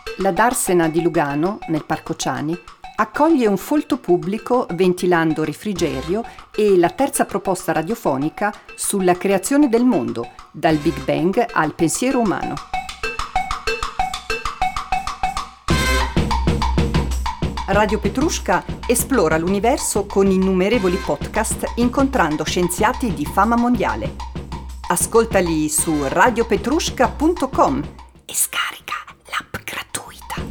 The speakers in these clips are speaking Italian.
La Darsena di Lugano, nel Parco Ciani, accoglie un folto pubblico ventilando refrigerio e la terza proposta radiofonica sulla creazione del mondo, dal Big Bang al pensiero umano. Radio Petrushka esplora l'universo con innumerevoli podcast incontrando scienziati di fama mondiale. Ascoltali su radiopetrushka.com e scarica l'app gratuita.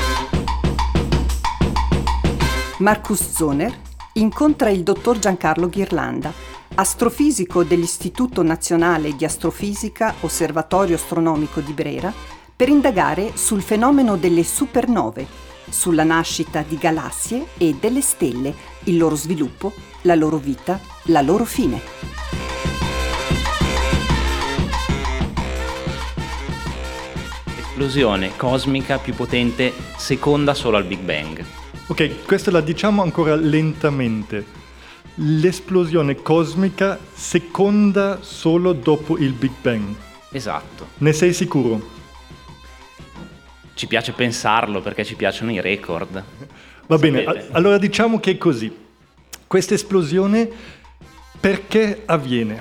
Marcus Zoner incontra il dottor Giancarlo Ghirlanda, astrofisico dell'Istituto Nazionale di Astrofisica Osservatorio Astronomico di Brera, per indagare sul fenomeno delle supernove, sulla nascita di galassie e delle stelle, il loro sviluppo, la loro vita, la loro fine. L'esplosione cosmica più potente seconda solo al Big Bang. Ok, questa la diciamo ancora lentamente. L'esplosione cosmica seconda solo dopo il Big Bang. Esatto. Ne sei sicuro? Ci piace pensarlo perché ci piacciono i record. Va bene, allora diciamo che è così. Questa esplosione perché avviene?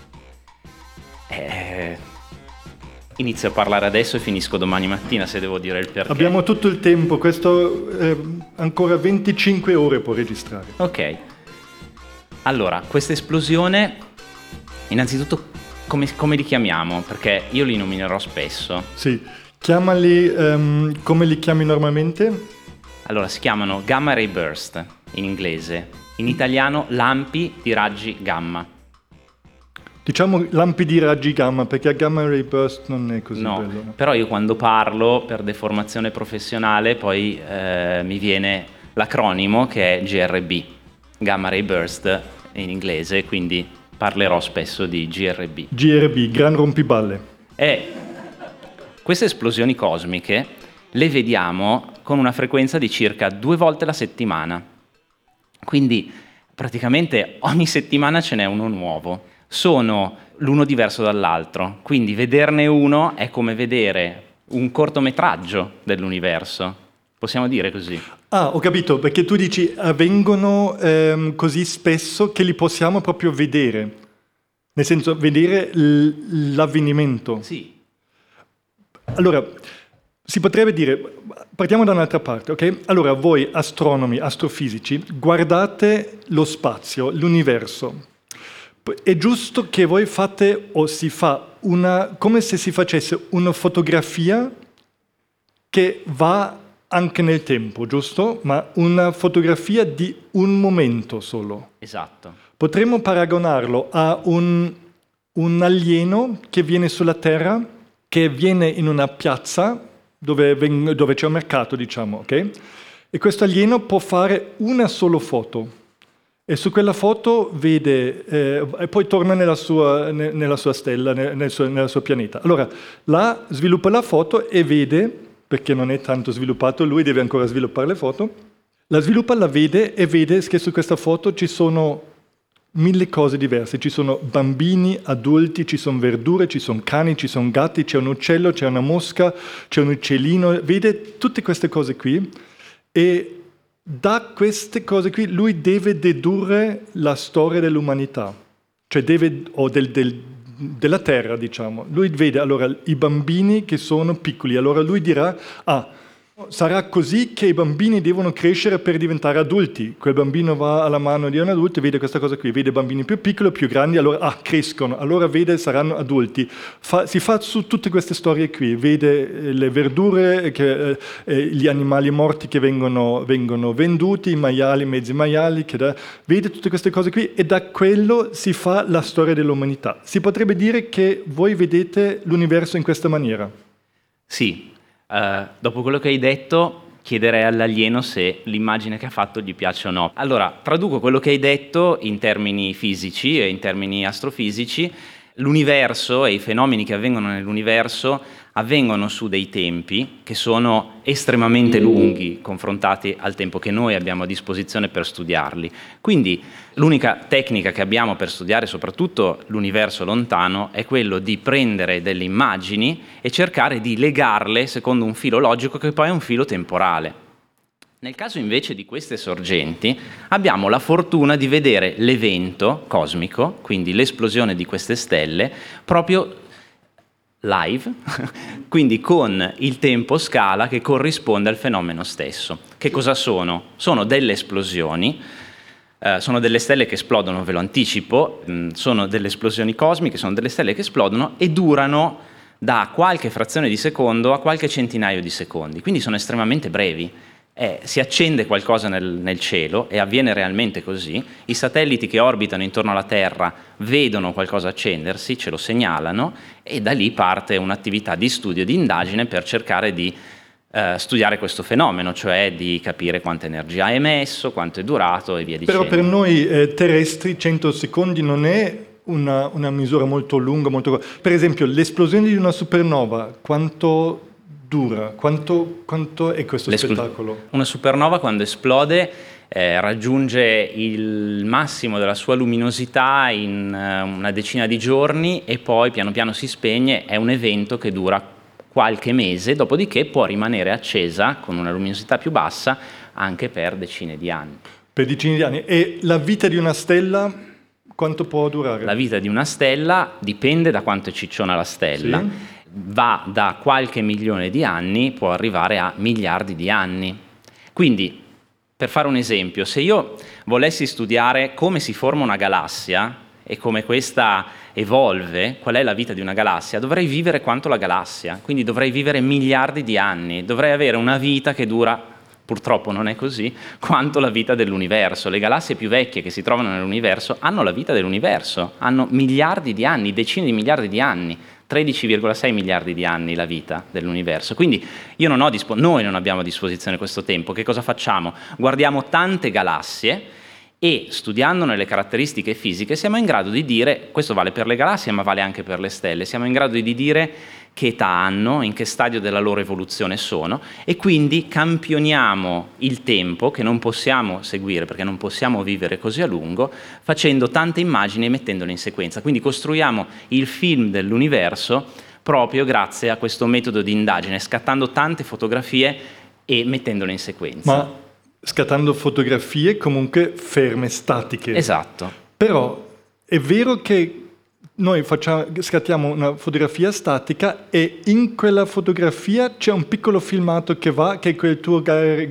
Inizio a parlare adesso e finisco domani mattina se devo dire il perché. Abbiamo tutto il tempo, questo ancora 25 ore può registrare. Ok. Allora, questa esplosione, innanzitutto come li chiamiamo? Perché io li nominerò spesso. Sì. Chiamali come li chiami normalmente? Allora, si chiamano gamma ray burst in inglese. In italiano lampi di raggi gamma. Diciamo lampi di raggi gamma, perché gamma ray burst non è così bello. No, però io quando parlo per deformazione professionale poi mi viene l'acronimo che è GRB, gamma ray burst in inglese, quindi parlerò spesso di GRB. GRB, gran rompiballe. Queste esplosioni cosmiche le vediamo con una frequenza di circa 2 volte la settimana. Quindi praticamente ogni settimana ce n'è uno nuovo. Sono l'uno diverso dall'altro. Quindi vederne uno è come vedere un cortometraggio dell'universo. Possiamo dire così? Ah, ho capito, perché tu dici avvengono così spesso che li possiamo proprio vedere. Nel senso, vedere l'avvenimento. Sì. Allora, si potrebbe dire, partiamo da un'altra parte, ok? Allora, voi astronomi, astrofisici, guardate lo spazio, l'universo. È giusto che voi fate, o si fa, come se si facesse una fotografia che va anche nel tempo, giusto? Ma una fotografia di un momento solo. Esatto. Potremmo paragonarlo a un alieno che viene sulla Terra, che viene in una piazza dove c'è un mercato, diciamo, ok? E questo alieno può fare una sola foto e su quella foto vede e poi torna nella sua stella, nel suo pianeta. Allora, là sviluppa la foto e vede, perché non è tanto sviluppato, lui deve ancora sviluppare le foto, la sviluppa, la vede e vede che su questa foto ci sono 1000 cose diverse, ci sono bambini, adulti, ci sono verdure, ci sono cani, ci sono gatti, c'è un uccello, c'è una mosca, c'è un uccellino, vede tutte queste cose qui e da queste cose qui lui deve dedurre la storia dell'umanità, cioè della Terra, diciamo. Lui vede allora i bambini che sono piccoli, allora lui dirà, sarà così che i bambini devono crescere per diventare adulti. Quel bambino va alla mano di un adulto e vede questa cosa qui, vede bambini più piccoli, più grandi, allora crescono, allora vede saranno adulti. Si fa su tutte queste storie qui, vede le verdure, gli animali morti che vengono venduti, i maiali, mezzi maiali, vede tutte queste cose qui e da quello si fa la storia dell'umanità. Si potrebbe dire che voi vedete l'universo in questa maniera? Sì. Dopo quello che hai detto, chiederei all'alieno se l'immagine che ha fatto gli piace o no. Allora, traduco quello che hai detto in termini fisici e in termini astrofisici. L'universo e i fenomeni che avvengono nell'universo avvengono su dei tempi che sono estremamente lunghi confrontati al tempo che noi abbiamo a disposizione per studiarli. Quindi l'unica tecnica che abbiamo per studiare soprattutto l'universo lontano è quello di prendere delle immagini e cercare di legarle secondo un filo logico che poi è un filo temporale. Nel caso invece di queste sorgenti abbiamo la fortuna di vedere l'evento cosmico, quindi l'esplosione di queste stelle, proprio live, quindi con il tempo scala che corrisponde al fenomeno stesso. Che cosa sono? Sono delle esplosioni, sono delle stelle che esplodono, ve lo anticipo, sono delle esplosioni cosmiche, sono delle stelle che esplodono e durano da qualche frazione di secondo a qualche centinaio di secondi, quindi sono estremamente brevi. Si accende qualcosa nel cielo e avviene realmente così, i satelliti che orbitano intorno alla Terra vedono qualcosa accendersi, ce lo segnalano e da lì parte un'attività di studio, di indagine per cercare di studiare questo fenomeno, cioè di capire quanta energia ha emesso, quanto è durato e via dicendo. Però per noi terrestri 100 secondi non è una misura molto lunga, molto... Per esempio l'esplosione di una supernova, quanto dura? Quanto è questo spettacolo? Una supernova quando esplode raggiunge il massimo della sua luminosità in una decina di giorni e poi piano piano si spegne. È un evento che dura qualche mese, dopodiché può rimanere accesa con una luminosità più bassa anche per decine di anni. Per decine di anni. E la vita di una stella quanto può durare? La vita di una stella dipende da quanto è cicciona la stella. Sì. Va da qualche milione di anni, può arrivare a miliardi di anni. Quindi, per fare un esempio, se io volessi studiare come si forma una galassia e come questa evolve, qual è la vita di una galassia, dovrei vivere quanto la galassia, quindi dovrei vivere miliardi di anni, dovrei avere una vita che dura, purtroppo non è così, quanto la vita dell'universo. Le galassie più vecchie che si trovano nell'universo hanno la vita dell'universo, hanno miliardi di anni, decine di miliardi di anni, 13,6 miliardi di anni la vita dell'universo. Quindi noi non abbiamo a disposizione questo tempo. Che cosa facciamo? Guardiamo tante galassie e studiandone le caratteristiche fisiche siamo in grado di dire, questo vale per le galassie ma vale anche per le stelle, siamo in grado di dire che età hanno, in che stadio della loro evoluzione sono e quindi campioniamo il tempo che non possiamo seguire perché non possiamo vivere così a lungo facendo tante immagini e mettendole in sequenza. Quindi costruiamo il film dell'universo proprio grazie a questo metodo di indagine, scattando tante fotografie e mettendole in sequenza. Ma scattando fotografie comunque ferme, statiche. Esatto. Però è vero che noi scattiamo una fotografia statica e in quella fotografia c'è un piccolo filmato che è quel tuo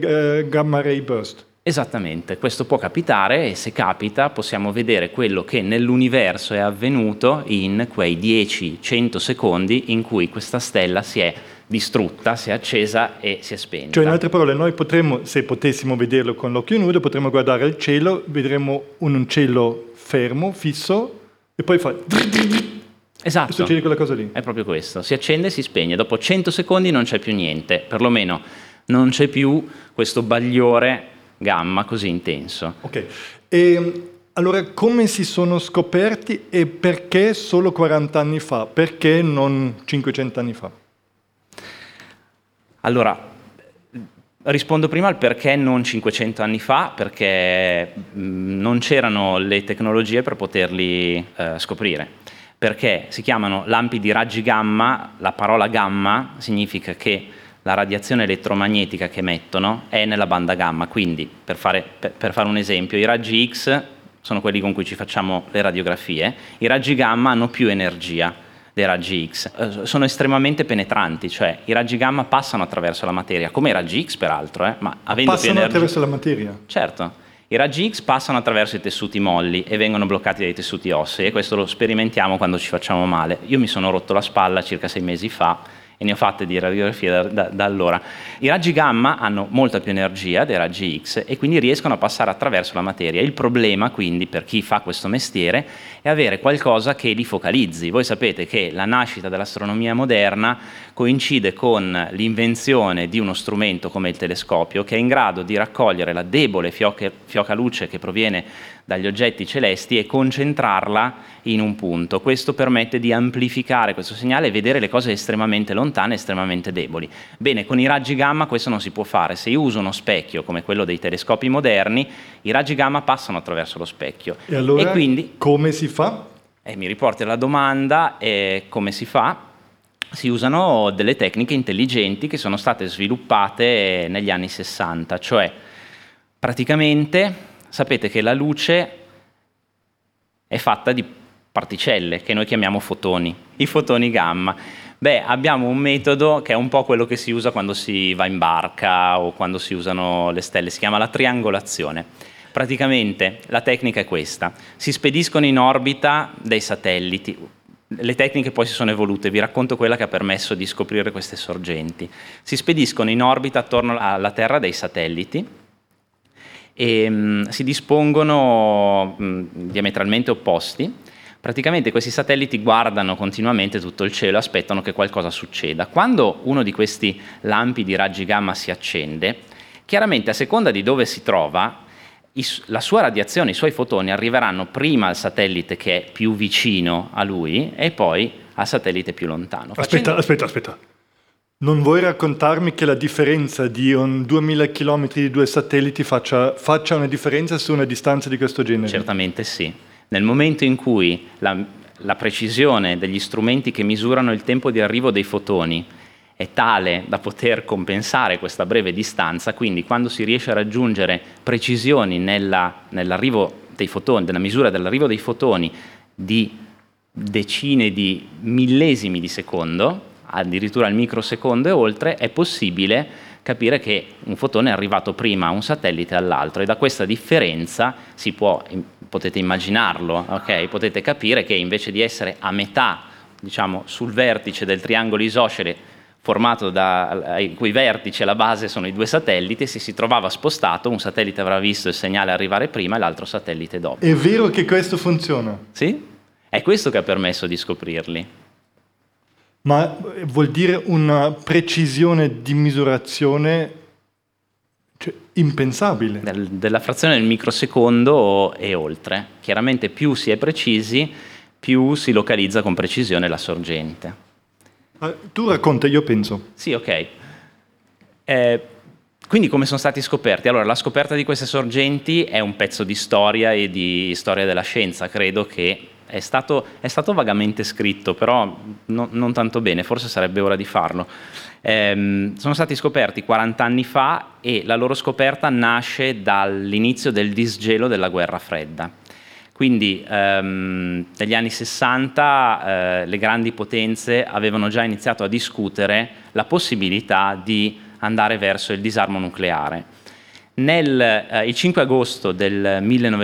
gamma ray burst. Esattamente, questo può capitare e se capita possiamo vedere quello che nell'universo è avvenuto in quei 10-100 secondi in cui questa stella si è distrutta, si è accesa e si è spenta. Cioè in altre parole noi potremmo, se potessimo vederlo con l'occhio nudo, potremmo guardare il cielo, vedremo un cielo fermo, fisso e poi fa... Esatto, e succede quella cosa lì. È proprio questo, si accende e si spegne, dopo 100 secondi non c'è più niente, perlomeno non c'è più questo bagliore gamma così intenso. Ok, e allora come si sono scoperti e perché solo 40 anni fa? Perché non 500 anni fa? Allora, rispondo prima al perché non 500 anni fa, perché non c'erano le tecnologie per poterli scoprire, perché si chiamano lampi di raggi gamma, la parola gamma significa che la radiazione elettromagnetica che emettono è nella banda gamma, quindi per fare un esempio, i raggi X sono quelli con cui ci facciamo le radiografie, i raggi gamma hanno più energia dei raggi X, sono estremamente penetranti, cioè i raggi gamma passano attraverso la materia, come i raggi X peraltro, ma avendo più energia... attraverso la materia? Certo, i raggi X passano attraverso i tessuti molli e vengono bloccati dai tessuti ossei e questo lo sperimentiamo quando ci facciamo male. Io mi sono rotto la spalla circa 6 mesi fa e ne ho fatte di radiografie da allora. I raggi gamma hanno molta più energia dei raggi X e quindi riescono a passare attraverso la materia. Il problema quindi per chi fa questo mestiere è avere qualcosa che li focalizzi. Voi sapete che la nascita dell'astronomia moderna coincide con l'invenzione di uno strumento come il telescopio che è in grado di raccogliere la debole fioca luce che proviene dagli oggetti celesti e concentrarla in un punto. Questo permette di amplificare questo segnale e vedere le cose estremamente lontane lontane estremamente deboli. Bene, con i raggi gamma questo non si può fare. Se io uso uno specchio come quello dei telescopi moderni, i raggi gamma passano attraverso lo specchio. E allora quindi, come si fa? Mi riporti alla domanda, come si fa? Si usano delle tecniche intelligenti che sono state sviluppate negli anni 60, cioè praticamente sapete che la luce è fatta di particelle che noi chiamiamo fotoni, i fotoni gamma. Abbiamo un metodo che è un po' quello che si usa quando si va in barca o quando si usano le stelle, si chiama la triangolazione. Praticamente la tecnica è questa: si spediscono in orbita dei satelliti. Le tecniche poi si sono evolute, vi racconto quella che ha permesso di scoprire queste sorgenti. Si spediscono in orbita attorno alla Terra dei satelliti e si dispongono diametralmente opposti. Praticamente questi satelliti guardano continuamente tutto il cielo e aspettano che qualcosa succeda. Quando uno di questi lampi di raggi gamma si accende, chiaramente a seconda di dove si trova, la sua radiazione, i suoi fotoni arriveranno prima al satellite che è più vicino a lui e poi al satellite più lontano. Aspetta. Non vuoi raccontarmi che la differenza di 2000 km di due satelliti faccia una differenza su una distanza di questo genere? Certamente sì. Nel momento in cui la precisione degli strumenti che misurano il tempo di arrivo dei fotoni è tale da poter compensare questa breve distanza, quindi quando si riesce a raggiungere precisioni nell'arrivo dei fotoni, della misura dell'arrivo dei fotoni di decine di millesimi di secondo, addirittura al microsecondo e oltre, è possibile capire che un fotone è arrivato prima a un satellite e all'altro, e da questa differenza potete immaginarlo, ok? Potete capire che invece di essere a metà, diciamo, sul vertice del triangolo isoscele formato i cui vertici alla base sono i due satelliti, se si trovava spostato, un satellite avrà visto il segnale arrivare prima e l'altro satellite dopo. È vero che questo funziona? Sì, è questo che ha permesso di scoprirli. Ma vuol dire una precisione di misurazione impensabile. Della frazione del microsecondo e oltre. Chiaramente più si è precisi, più si localizza con precisione la sorgente. Tu racconta, io penso. Sì, ok. Quindi come sono stati scoperti? Allora, la scoperta di queste sorgenti è un pezzo di storia e di storia della scienza. Credo che è stato vagamente scritto, però non tanto bene, forse sarebbe ora di farlo. Sono stati scoperti 40 anni fa e la loro scoperta nasce dall'inizio del disgelo della guerra fredda. Quindi negli anni 60 le grandi potenze avevano già iniziato a discutere la possibilità di andare verso il disarmo nucleare. Il 5 agosto del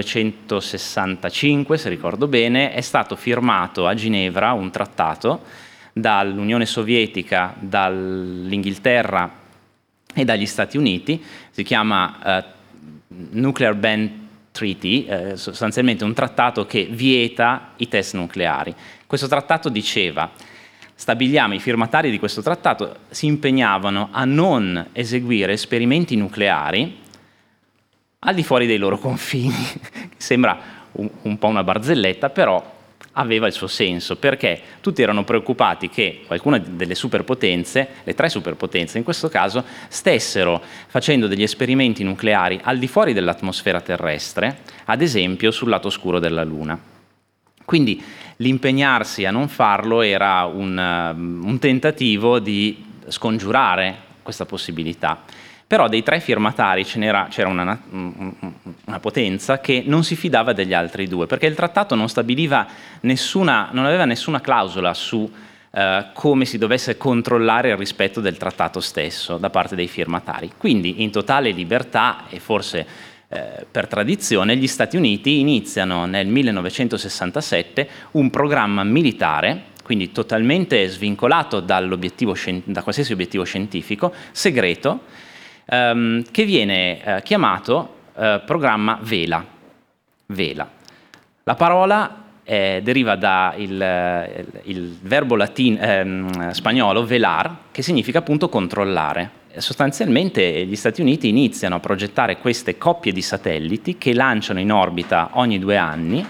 1965, se ricordo bene, è stato firmato a Ginevra un trattato dall'Unione Sovietica, dall'Inghilterra e dagli Stati Uniti, si chiama Nuclear Ban Treaty, sostanzialmente un trattato che vieta i test nucleari. Questo trattato diceva: stabiliamo, i firmatari di questo trattato si impegnavano a non eseguire esperimenti nucleari al di fuori dei loro confini. Sembra un po' una barzelletta, però aveva il suo senso, perché tutti erano preoccupati che qualcuna delle superpotenze, le tre superpotenze in questo caso, stessero facendo degli esperimenti nucleari al di fuori dell'atmosfera terrestre, ad esempio sul lato oscuro della Luna. Quindi l'impegnarsi a non farlo era un tentativo di scongiurare questa possibilità. Però dei tre firmatari c'era una potenza che non si fidava degli altri due, perché il trattato non aveva nessuna clausola su come si dovesse controllare il rispetto del trattato stesso da parte dei firmatari. Quindi in totale libertà e forse per tradizione gli Stati Uniti iniziano nel 1967 un programma militare, quindi totalmente svincolato da qualsiasi obiettivo scientifico, segreto, che viene chiamato programma Vela. Vela. La parola deriva dal verbo spagnolo velar, che significa appunto controllare. Sostanzialmente gli Stati Uniti iniziano a progettare queste coppie di satelliti che lanciano in orbita ogni 2 anni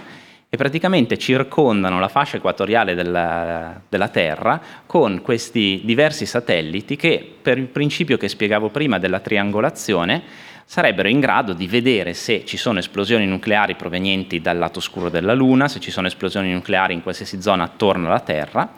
e praticamente circondano la fascia equatoriale della Terra con questi diversi satelliti che, per il principio che spiegavo prima della triangolazione, sarebbero in grado di vedere se ci sono esplosioni nucleari provenienti dal lato scuro della Luna, se ci sono esplosioni nucleari in qualsiasi zona attorno alla Terra,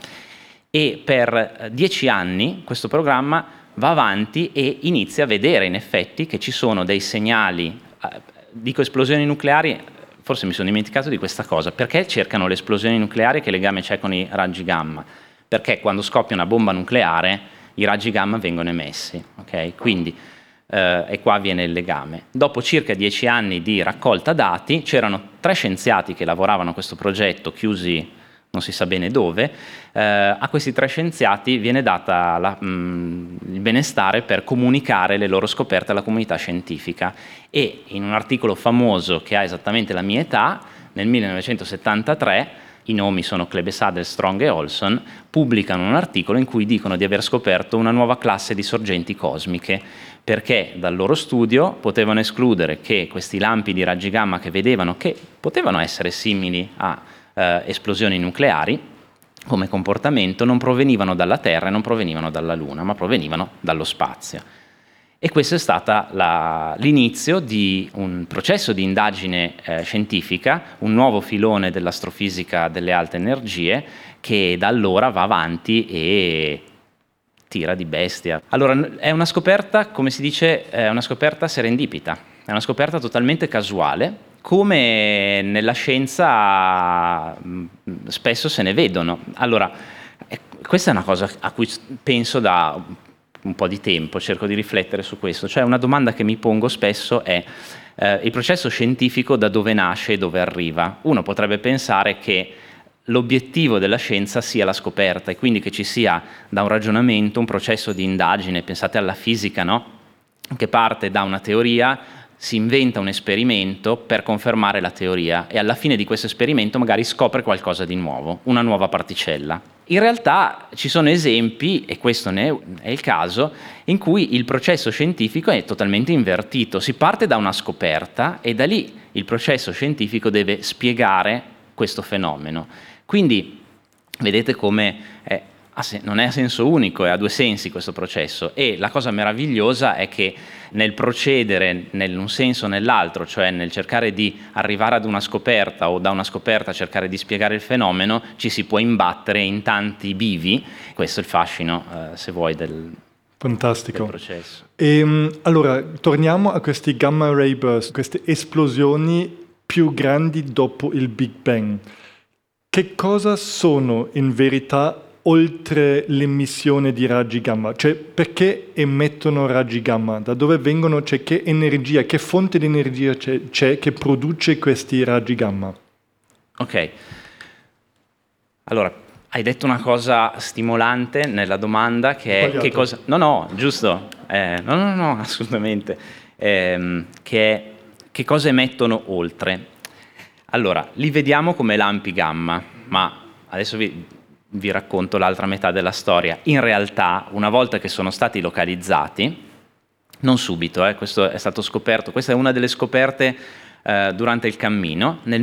e per 10 anni questo programma va avanti e inizia a vedere in effetti che ci sono dei segnali, dico esplosioni nucleari, forse mi sono dimenticato di questa cosa, perché cercano le esplosioni nucleari, che legame c'è con i raggi gamma? Perché quando scoppia una bomba nucleare i raggi gamma vengono emessi, ok? Quindi, e qua viene il legame. Dopo circa 10 anni di raccolta dati, c'erano 3 scienziati che lavoravano a questo progetto, chiusi non si sa bene dove, a questi 3 scienziati viene data il benestare per comunicare le loro scoperte alla comunità scientifica, e in un articolo famoso che ha esattamente la mia età, nel 1973, i nomi sono Klebe Strong e Olson, pubblicano un articolo in cui dicono di aver scoperto una nuova classe di sorgenti cosmiche, perché dal loro studio potevano escludere che questi lampi di raggi gamma che vedevano, che potevano essere simili a esplosioni nucleari come comportamento, non provenivano dalla Terra e non provenivano dalla Luna, ma provenivano dallo spazio. E questo è stato l'inizio di un processo di indagine scientifica, un nuovo filone dell'astrofisica delle alte energie, che da allora va avanti e tira di bestia. Allora, è una scoperta, come si dice, è una scoperta serendipita, è una scoperta totalmente casuale, come nella scienza spesso se ne vedono. Allora, questa è una cosa a cui penso da un po' di tempo, cerco di riflettere su questo. Cioè, una domanda che mi pongo spesso è il processo scientifico da dove nasce e dove arriva. Uno potrebbe pensare che l'obiettivo della scienza sia la scoperta, e quindi che ci sia da un ragionamento, un processo di indagine. Pensate alla fisica, no? Che parte da una teoria, si inventa un esperimento per confermare la teoria, e alla fine di questo esperimento magari scopre qualcosa di nuovo, una nuova particella. In realtà ci sono esempi, e questo è il caso, in cui il processo scientifico è totalmente invertito. Si parte da una scoperta e da lì il processo scientifico deve spiegare questo fenomeno. Quindi vedete come non è a senso unico, è a 2 sensi questo processo, e la cosa meravigliosa è che nel procedere in un senso o nell'altro, cioè nel cercare di arrivare ad una scoperta o da una scoperta cercare di spiegare il fenomeno, ci si può imbattere in tanti bivi. Questo è il fascino, se vuoi, del processo. Allora, torniamo a questi gamma ray burst, queste esplosioni più grandi dopo il Big Bang. Che cosa sono in verità oltre l'emissione di raggi gamma? Cioè, perché emettono raggi gamma? Da dove vengono? Cioè, che energia, che fonte di energia c'è che produce questi raggi gamma? Ok. Allora, hai detto una cosa stimolante nella domanda, che è che cosa... No, giusto. No, assolutamente. Che è che cosa emettono oltre. Allora, li vediamo come lampi gamma, ma adesso vi racconto l'altra metà della storia. In realtà, una volta che sono stati localizzati, non subito, questo è stato scoperto, questa è una delle scoperte durante il cammino, nel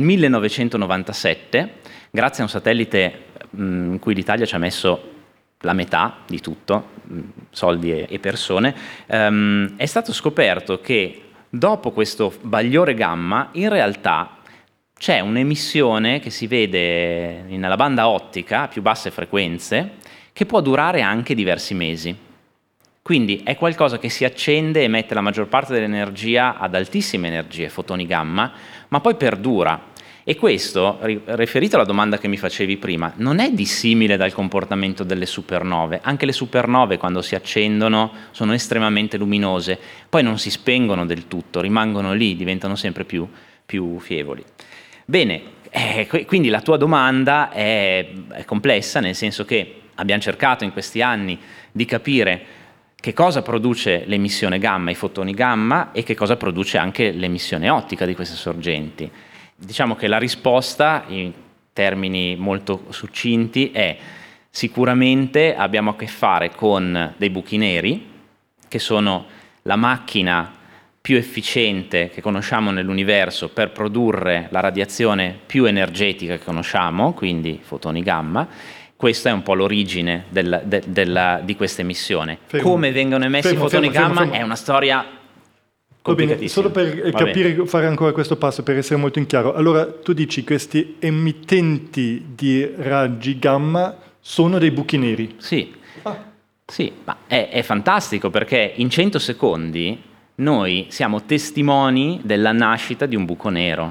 1997, grazie a un satellite in cui l'Italia ci ha messo la metà di tutto, soldi e persone, è stato scoperto che dopo questo bagliore gamma, in realtà c'è un'emissione che si vede nella banda ottica a più basse frequenze, che può durare anche diversi mesi. Quindi è qualcosa che si accende e emette la maggior parte dell'energia ad altissime energie, fotoni gamma, ma poi perdura. E questo, riferito alla domanda che mi facevi prima, non è dissimile dal comportamento delle supernove. Anche le supernove, quando si accendono, sono estremamente luminose, poi non si spengono del tutto, rimangono lì, diventano sempre più fievoli. Bene, quindi la tua domanda è complessa, nel senso che abbiamo cercato in questi anni di capire che cosa produce l'emissione gamma, i fotoni gamma, e che cosa produce anche l'emissione ottica di queste sorgenti. Diciamo che la risposta, in termini molto succinti, è: sicuramente abbiamo a che fare con dei buchi neri, che sono la macchina più efficiente che conosciamo nell'universo per produrre la radiazione più energetica che conosciamo, quindi fotoni gamma. Questa è un po' l'origine di questa emissione. Come vengono emessi i fotoni gamma è una storia complicatissima. Solo per capire, fare ancora questo passo, per essere molto in chiaro. Allora, tu dici questi emittenti di raggi gamma sono dei buchi neri? Sì, sì, ma è fantastico perché in 100 secondi noi siamo testimoni della nascita di un buco nero.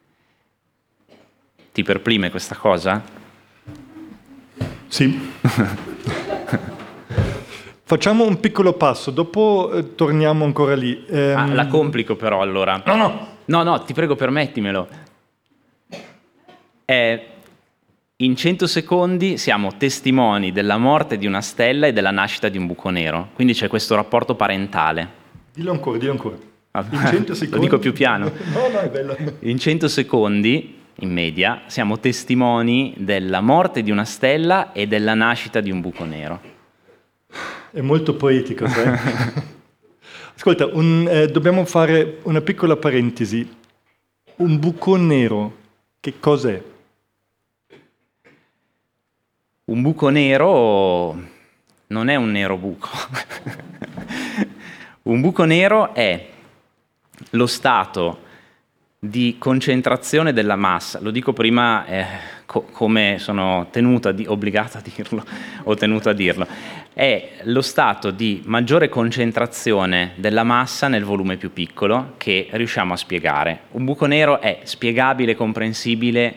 Ti perplime questa cosa? Sì. Facciamo un piccolo passo, dopo torniamo ancora lì. La complico però allora. No, ti prego, permettimelo. In 100 secondi siamo testimoni della morte di una stella e della nascita di un buco nero. Quindi c'è questo rapporto parentale. Dillo ancora. In 100 secondi. Lo dico più piano. No, è bello. In 100 secondi, in media, siamo testimoni della morte di una stella e della nascita di un buco nero. È molto poetico, sai? Ascolta, dobbiamo fare una piccola parentesi. Un buco nero, che cos'è? Un buco nero non è un nero buco. Un buco nero è lo stato di concentrazione della massa. Lo dico prima come sono obbligato a dirlo, o tenuto a dirlo. È lo stato di maggiore concentrazione della massa nel volume più piccolo che riusciamo a spiegare. Un buco nero è spiegabile, comprensibile,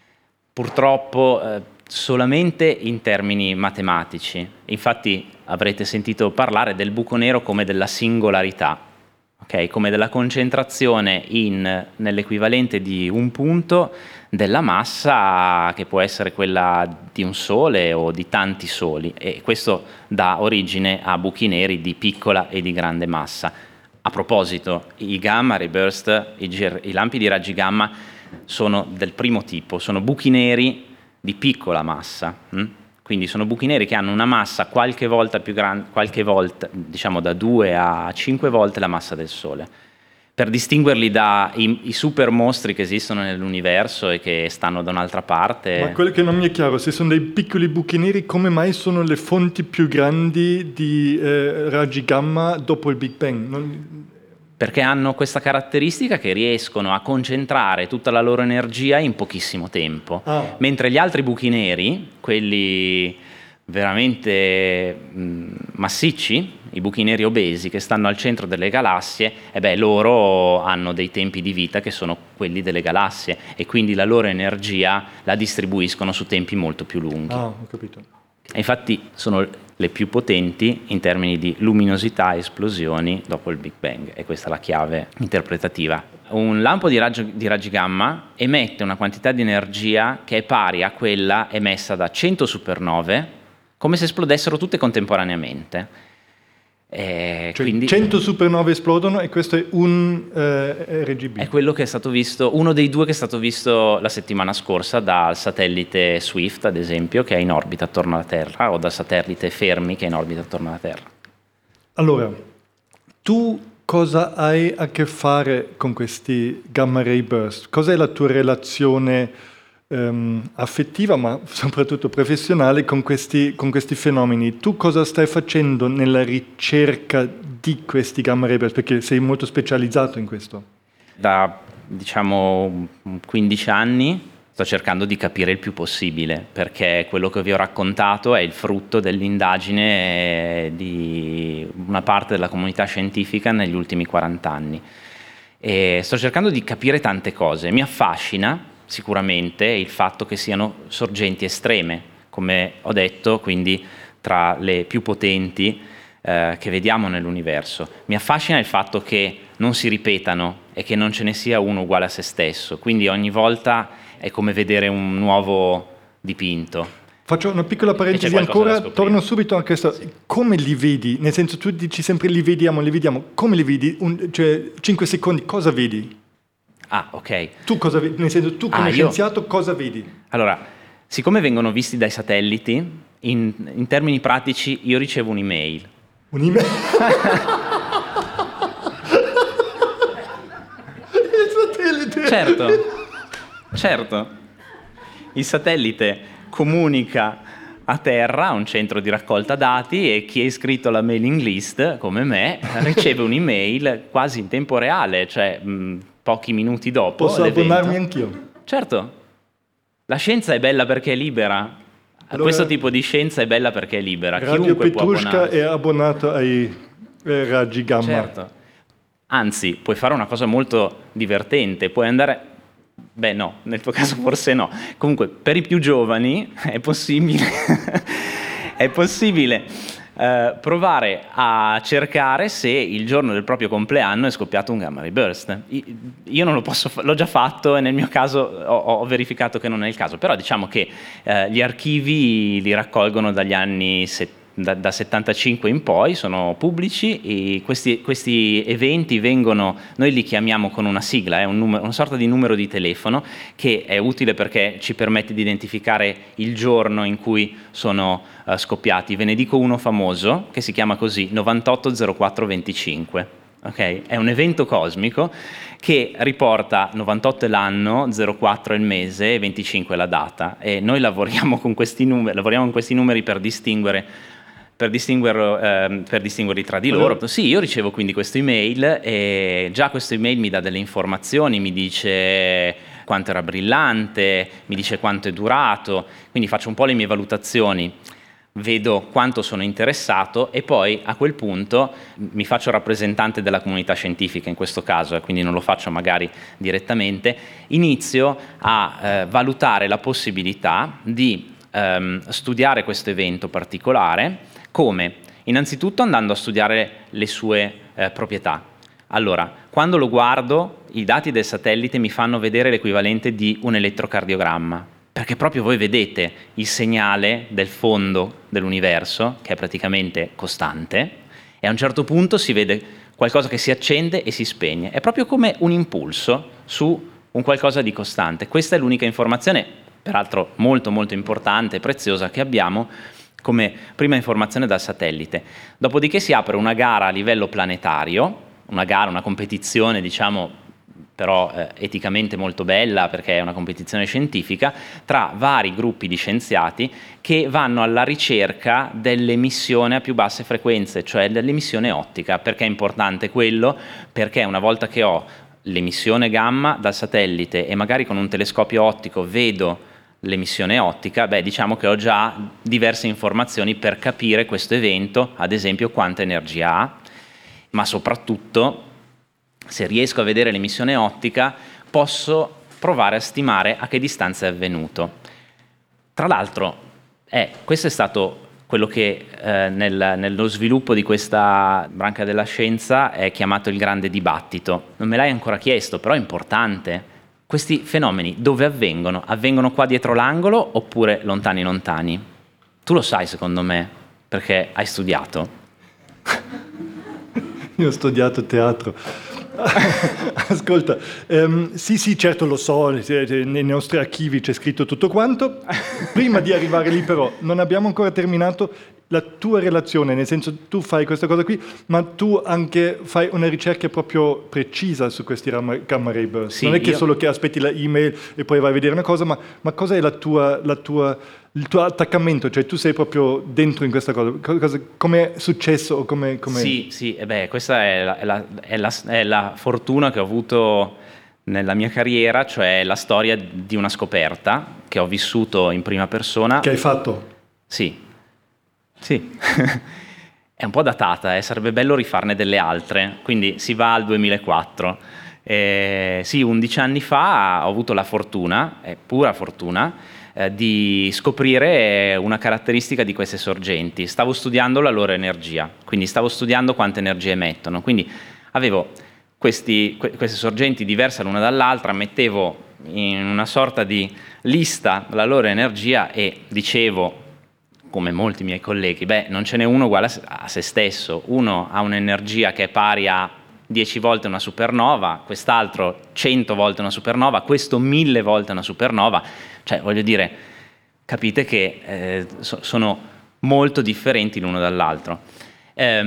purtroppo solamente in termini matematici. Infatti avrete sentito parlare del buco nero come della singolarità, okay? Come della concentrazione nell'equivalente di un punto della massa che può essere quella di un sole o di tanti soli, e questo dà origine a buchi neri di piccola e di grande massa. A proposito, i gamma ray burst, i lampi di raggi gamma, sono del primo tipo, sono buchi neri di piccola massa, quindi sono buchi neri che hanno una massa qualche volta più grande, diciamo da 2 a 5 volte la massa del Sole, per distinguerli dai super mostri che esistono nell'universo e che stanno da un'altra parte. Ma quello che non mi è chiaro, se sono dei piccoli buchi neri, come mai sono le fonti più grandi di raggi gamma dopo il Big Bang? Perché hanno questa caratteristica che riescono a concentrare tutta la loro energia in pochissimo tempo, mentre gli altri buchi neri, quelli veramente massicci, i buchi neri obesi che stanno al centro delle galassie, loro hanno dei tempi di vita che sono quelli delle galassie e quindi la loro energia la distribuiscono su tempi molto più lunghi. Ho capito. E infatti sono le più potenti in termini di luminosità e esplosioni dopo il Big Bang, e questa è la chiave interpretativa. Un lampo di raggi gamma emette una quantità di energia che è pari a quella emessa da 100 supernove, come se esplodessero tutte contemporaneamente. Quindi 100 supernove esplodono e questo è un RGB. È quello che è stato visto, uno dei due che è stato visto la settimana scorsa dal satellite Swift, ad esempio, che è in orbita attorno alla Terra, o dal satellite Fermi, che è in orbita attorno alla Terra. Allora, tu cosa hai a che fare con questi gamma ray burst? Cos'è la tua relazione affettiva, ma soprattutto professionale, con questi fenomeni? Tu cosa stai facendo nella ricerca di questi gamma ray burst? Perché sei molto specializzato in questo. Da 15 anni sto cercando di capire il più possibile, perché quello che vi ho raccontato è il frutto dell'indagine di una parte della comunità scientifica negli ultimi 40 anni. E sto cercando di capire tante cose. Mi affascina sicuramente il fatto che siano sorgenti estreme, come ho detto, quindi tra le più potenti che vediamo nell'universo. Mi affascina il fatto che non si ripetano e che non ce ne sia uno uguale a se stesso, quindi ogni volta è come vedere un nuovo dipinto. Faccio una piccola parentesi ancora, torno subito a questo. Sì. Come li vedi? Nel senso, tu dici sempre li vediamo, come li vedi? 5 secondi, cosa vedi? Ok. Tu cosa vedi? Nel senso, tu come scienziato cosa vedi? Allora, siccome vengono visti dai satelliti, in termini pratici io ricevo un'email. Un'email? Certo. Il satellite comunica a terra, a un centro di raccolta dati, e chi è iscritto alla mailing list, come me, riceve un'email quasi in tempo reale, cioè pochi minuti dopo. Posso abbonarmi anch'io? Certo. La scienza è bella perché è libera. Allora, questo tipo di scienza è bella perché è libera. Radio Chiunque Petrushka può abbonarsi. è abbonato ai raggi gamma. Certo. Anzi, puoi fare una cosa molto divertente, puoi andare... Beh no, nel tuo caso forse no. Comunque, per i più giovani è possibile, provare a cercare se il giorno del proprio compleanno è scoppiato un gamma ray burst. Io non lo posso l'ho già fatto e nel mio caso ho verificato che non è il caso, però diciamo che gli archivi li raccolgono dagli anni 70. Da 75 in poi sono pubblici, e questi eventi vengono, noi li chiamiamo con una sigla, è una sorta di numero di telefono che è utile perché ci permette di identificare il giorno in cui sono scoppiati. Ve ne dico uno famoso che si chiama così, 980425. Okay? È un evento cosmico che riporta 98 è l'anno, 04 è il mese e 25 è la data, e noi lavoriamo con questi numeri per distinguerli tra di loro. Sì, io ricevo quindi questa email, e già questa email mi dà delle informazioni, mi dice quanto era brillante, mi dice quanto è durato, quindi faccio un po' le mie valutazioni, vedo quanto sono interessato, e poi a quel punto mi faccio rappresentante della comunità scientifica in questo caso, quindi non lo faccio magari direttamente, inizio a valutare la possibilità di studiare questo evento particolare. Come? Innanzitutto andando a studiare le sue proprietà. Allora, quando lo guardo, i dati del satellite mi fanno vedere l'equivalente di un elettrocardiogramma, perché proprio voi vedete il segnale del fondo dell'universo, che è praticamente costante, e a un certo punto si vede qualcosa che si accende e si spegne. È proprio come un impulso su un qualcosa di costante. Questa è l'unica informazione, peraltro molto molto importante e preziosa, che abbiamo come prima informazione dal satellite. Dopodiché si apre una gara a livello planetario, una competizione, diciamo, però eticamente molto bella, perché è una competizione scientifica, tra vari gruppi di scienziati che vanno alla ricerca dell'emissione a più basse frequenze, cioè dell'emissione ottica. Perché è importante quello? Perché una volta che ho l'emissione gamma dal satellite e magari con un telescopio ottico vedo l'emissione ottica, diciamo che ho già diverse informazioni per capire questo evento, ad esempio quanta energia ha, ma soprattutto se riesco a vedere l'emissione ottica posso provare a stimare a che distanza è avvenuto. Tra l'altro, questo è stato quello che nello sviluppo di questa branca della scienza è chiamato il grande dibattito. Non me l'hai ancora chiesto, però è importante. Questi fenomeni dove avvengono? Avvengono qua dietro l'angolo oppure lontani lontani? Tu lo sai secondo me, perché hai studiato. Io ho studiato teatro. Ascolta, sì, certo lo so, nei nostri archivi c'è scritto tutto quanto. Prima di arrivare lì però non abbiamo ancora terminato la tua relazione, nel senso tu fai questa cosa qui, ma tu anche fai una ricerca proprio precisa su questi gamma ray burst. Sì, non è che solo che aspetti la email e poi vai a vedere una cosa, ma cosa è il tuo attaccamento? Cioè tu sei proprio dentro in questa cosa, come è successo o come... Sì, questa è la fortuna che ho avuto nella mia carriera, cioè la storia di una scoperta che ho vissuto in prima persona. Che hai fatto? Sì. È un po' datata, sarebbe bello rifarne delle altre, quindi si va al 2004. 11 anni fa ho avuto la fortuna, pura fortuna, di scoprire una caratteristica di queste sorgenti. Stavo studiando la loro energia, quindi stavo studiando quanta energia emettono, quindi avevo queste sorgenti diverse l'una dall'altra, mettevo in una sorta di lista la loro energia e dicevo, come molti miei colleghi, non ce n'è uno uguale a se stesso. Uno ha un'energia che è pari a 10 volte una supernova, quest'altro 100 volte una supernova, questo 1000 volte una supernova. Cioè, voglio dire, capite che sono molto differenti l'uno dall'altro.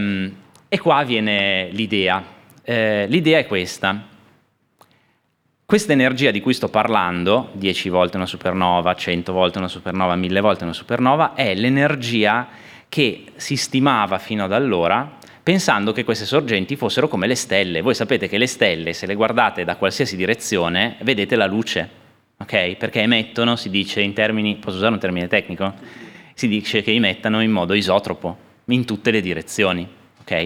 E qua viene l'idea. L'idea è questa. Questa energia di cui sto parlando, 10 volte una supernova, 100 volte una supernova, 1000 volte una supernova, è l'energia che si stimava fino ad allora pensando che queste sorgenti fossero come le stelle. Voi sapete che le stelle, se le guardate da qualsiasi direzione, vedete la luce, ok? Perché emettono, si dice in termini, posso usare un termine tecnico? Si dice che emettano in modo isotropo, in tutte le direzioni, ok?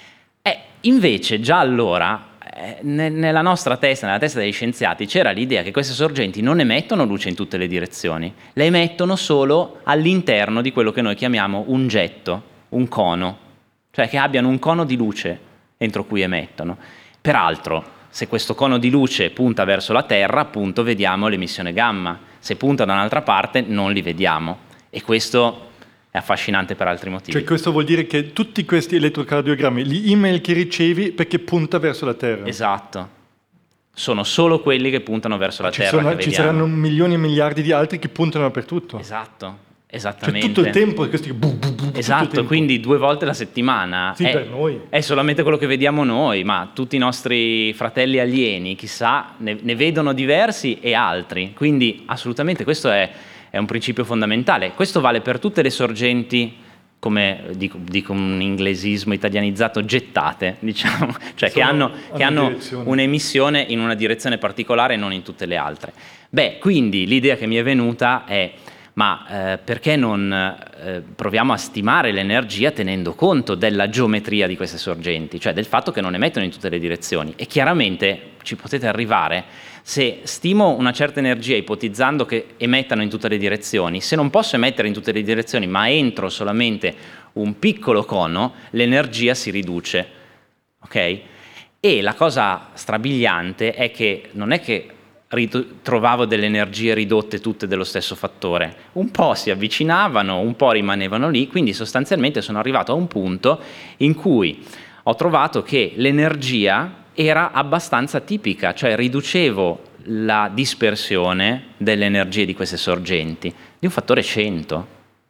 Invece già allora nella nostra testa, nella testa degli scienziati, c'era l'idea che queste sorgenti non emettono luce in tutte le direzioni, le emettono solo all'interno di quello che noi chiamiamo un getto, un cono, cioè che abbiano un cono di luce entro cui emettono. Peraltro, se questo cono di luce punta verso la Terra, appunto vediamo l'emissione gamma, se punta da un'altra parte non li vediamo, e questo è affascinante per altri motivi. Cioè questo vuol dire che tutti questi elettrocardiogrammi, gli email che ricevi perché punta verso la Terra. Esatto. Sono solo quelli che puntano verso la Terra. Ci saranno milioni e miliardi di altri che puntano dappertutto. Esatto, esattamente. Cioè tutto il tempo questi esatto, quindi 2 volte la settimana. Sì, per noi. È solamente quello che vediamo noi, ma tutti i nostri fratelli alieni, chissà, ne vedono diversi e altri. Quindi assolutamente questo è un principio fondamentale. Questo vale per tutte le sorgenti, come dico un inglesismo italianizzato, gettate, diciamo, cioè che hanno un'emissione in una direzione particolare e non in tutte le altre. Quindi l'idea che mi è venuta è: ma perché non proviamo a stimare l'energia tenendo conto della geometria di queste sorgenti, cioè del fatto che non emettono in tutte le direzioni? E chiaramente ci potete arrivare se stimo una certa energia ipotizzando che emettano in tutte le direzioni. Se non posso emettere in tutte le direzioni ma entro solamente un piccolo cono, l'energia si riduce, ok? E la cosa strabiliante è che non è che trovavo delle energie ridotte tutte dello stesso fattore, un po' si avvicinavano, un po' rimanevano lì, quindi sostanzialmente sono arrivato a un punto in cui ho trovato che l'energia era abbastanza tipica, cioè riducevo la dispersione delle energie di queste sorgenti di un fattore 100.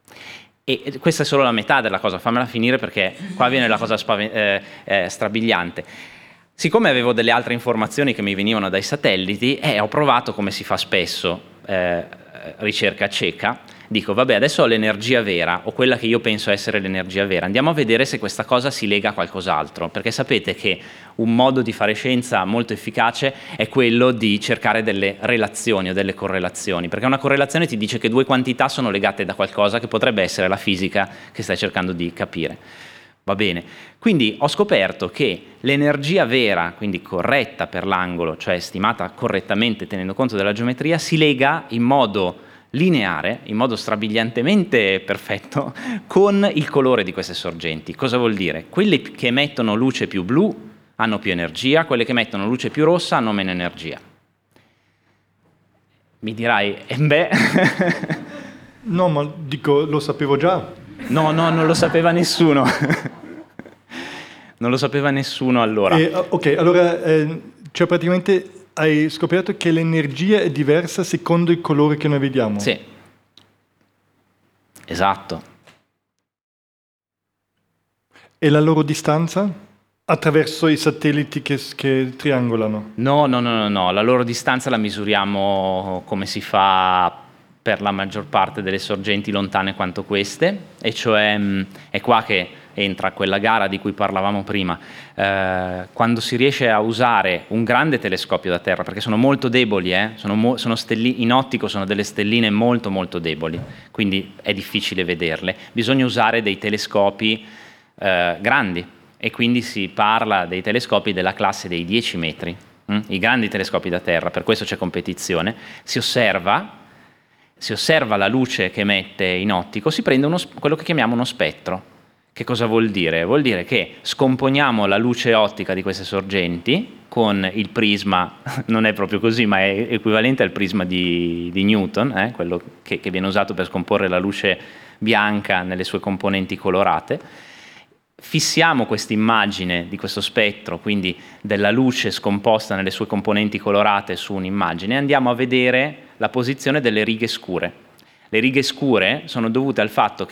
E questa è solo la metà della cosa, fammela finire perché qua viene la cosa strabiliante. Siccome avevo delle altre informazioni che mi venivano dai satelliti, ho provato, come si fa spesso, ricerca cieca, dico vabbè, adesso ho l'energia vera, o quella che io penso essere l'energia vera, andiamo a vedere se questa cosa si lega a qualcos'altro, perché sapete che un modo di fare scienza molto efficace è quello di cercare delle relazioni o delle correlazioni, perché una correlazione ti dice che 2 quantità sono legate da qualcosa che potrebbe essere la fisica che stai cercando di capire. Va bene, quindi ho scoperto che l'energia vera, quindi corretta per l'angolo, cioè stimata correttamente tenendo conto della geometria, si lega in modo lineare, in modo strabiliantemente perfetto, con il colore di queste sorgenti. Cosa vuol dire? Quelle che emettono luce più blu hanno più energia, quelle che emettono luce più rossa hanno meno energia. Mi dirai, No, ma dico, lo sapevo già. No, non lo sapeva nessuno. Non lo sapeva nessuno allora. Ok, allora, cioè praticamente hai scoperto che l'energia è diversa secondo il colore che noi vediamo. Sì. Esatto. E la loro distanza? Attraverso i satelliti che triangolano? No, la loro distanza la misuriamo come si fa per la maggior parte delle sorgenti lontane quanto queste, e cioè è qua che entra quella gara di cui parlavamo prima, quando si riesce a usare un grande telescopio da Terra, perché sono molto deboli, in ottico sono delle stelline molto molto deboli, quindi è difficile vederle, bisogna usare dei telescopi grandi, e quindi si parla dei telescopi della classe dei 10 metri, i grandi telescopi da Terra, per questo c'è competizione, si osserva la luce che emette in ottico, si prende quello che chiamiamo uno spettro. Che cosa vuol dire? Vuol dire che scomponiamo la luce ottica di queste sorgenti con il prisma, non è proprio così, ma è equivalente al prisma di Newton, quello che viene usato per scomporre la luce bianca nelle sue componenti colorate. Fissiamo questa immagine di questo spettro, quindi della luce scomposta nelle sue componenti colorate, su un'immagine, e andiamo a vedere la posizione delle righe scure. Le righe scure sono dovute al fatto che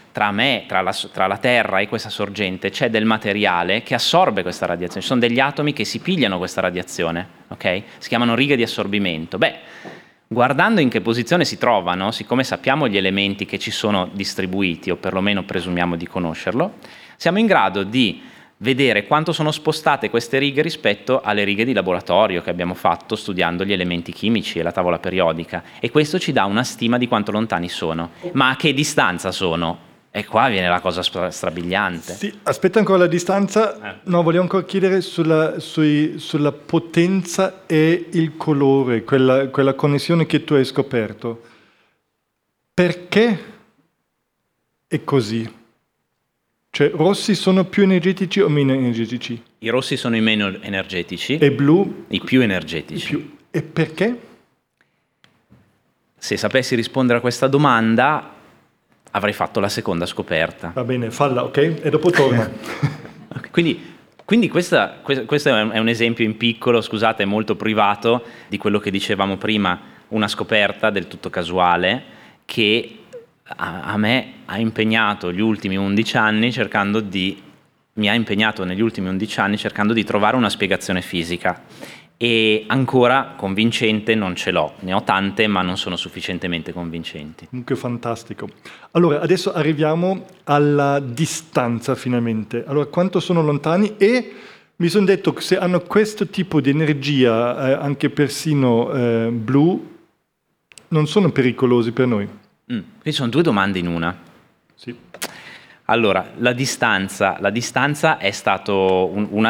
tra la Terra e questa sorgente c'è del materiale che assorbe questa radiazione, ci sono degli atomi che si pigliano questa radiazione, ok? Si chiamano righe di assorbimento. Guardando in che posizione si trovano, siccome sappiamo gli elementi che ci sono distribuiti, o perlomeno presumiamo di conoscerlo, siamo in grado di vedere quanto sono spostate queste righe rispetto alle righe di laboratorio che abbiamo fatto studiando gli elementi chimici e la tavola periodica, e questo ci dà una stima di quanto lontani sono. Ma a che distanza sono? E qua viene la cosa strabiliante. Sì, aspetta ancora la distanza. No, volevo ancora chiedere sulla potenza e il colore, quella connessione che tu hai scoperto. Perché è così? Cioè, rossi sono più energetici o meno energetici? I rossi sono i meno energetici. E blu? I più energetici. E perché? Se sapessi rispondere a questa domanda, avrei fatto la seconda scoperta. Va bene, falla, ok? E dopo torna. Quindi questo è un esempio in piccolo, scusate, molto privato, di quello che dicevamo prima, una scoperta del tutto casuale che a me ha impegnato gli ultimi 11 anni mi ha impegnato negli ultimi 11 anni cercando di trovare una spiegazione fisica, e ancora convincente non ce l'ho. Ne ho tante, ma non sono sufficientemente convincenti. Comunque fantastico. Allora, adesso arriviamo alla distanza finalmente. Allora, quanto sono lontani? E mi sono detto che se hanno questo tipo di energia, anche persino blu, non sono pericolosi per noi. Quindi sono due domande in una. Sì. Allora, la distanza è stato un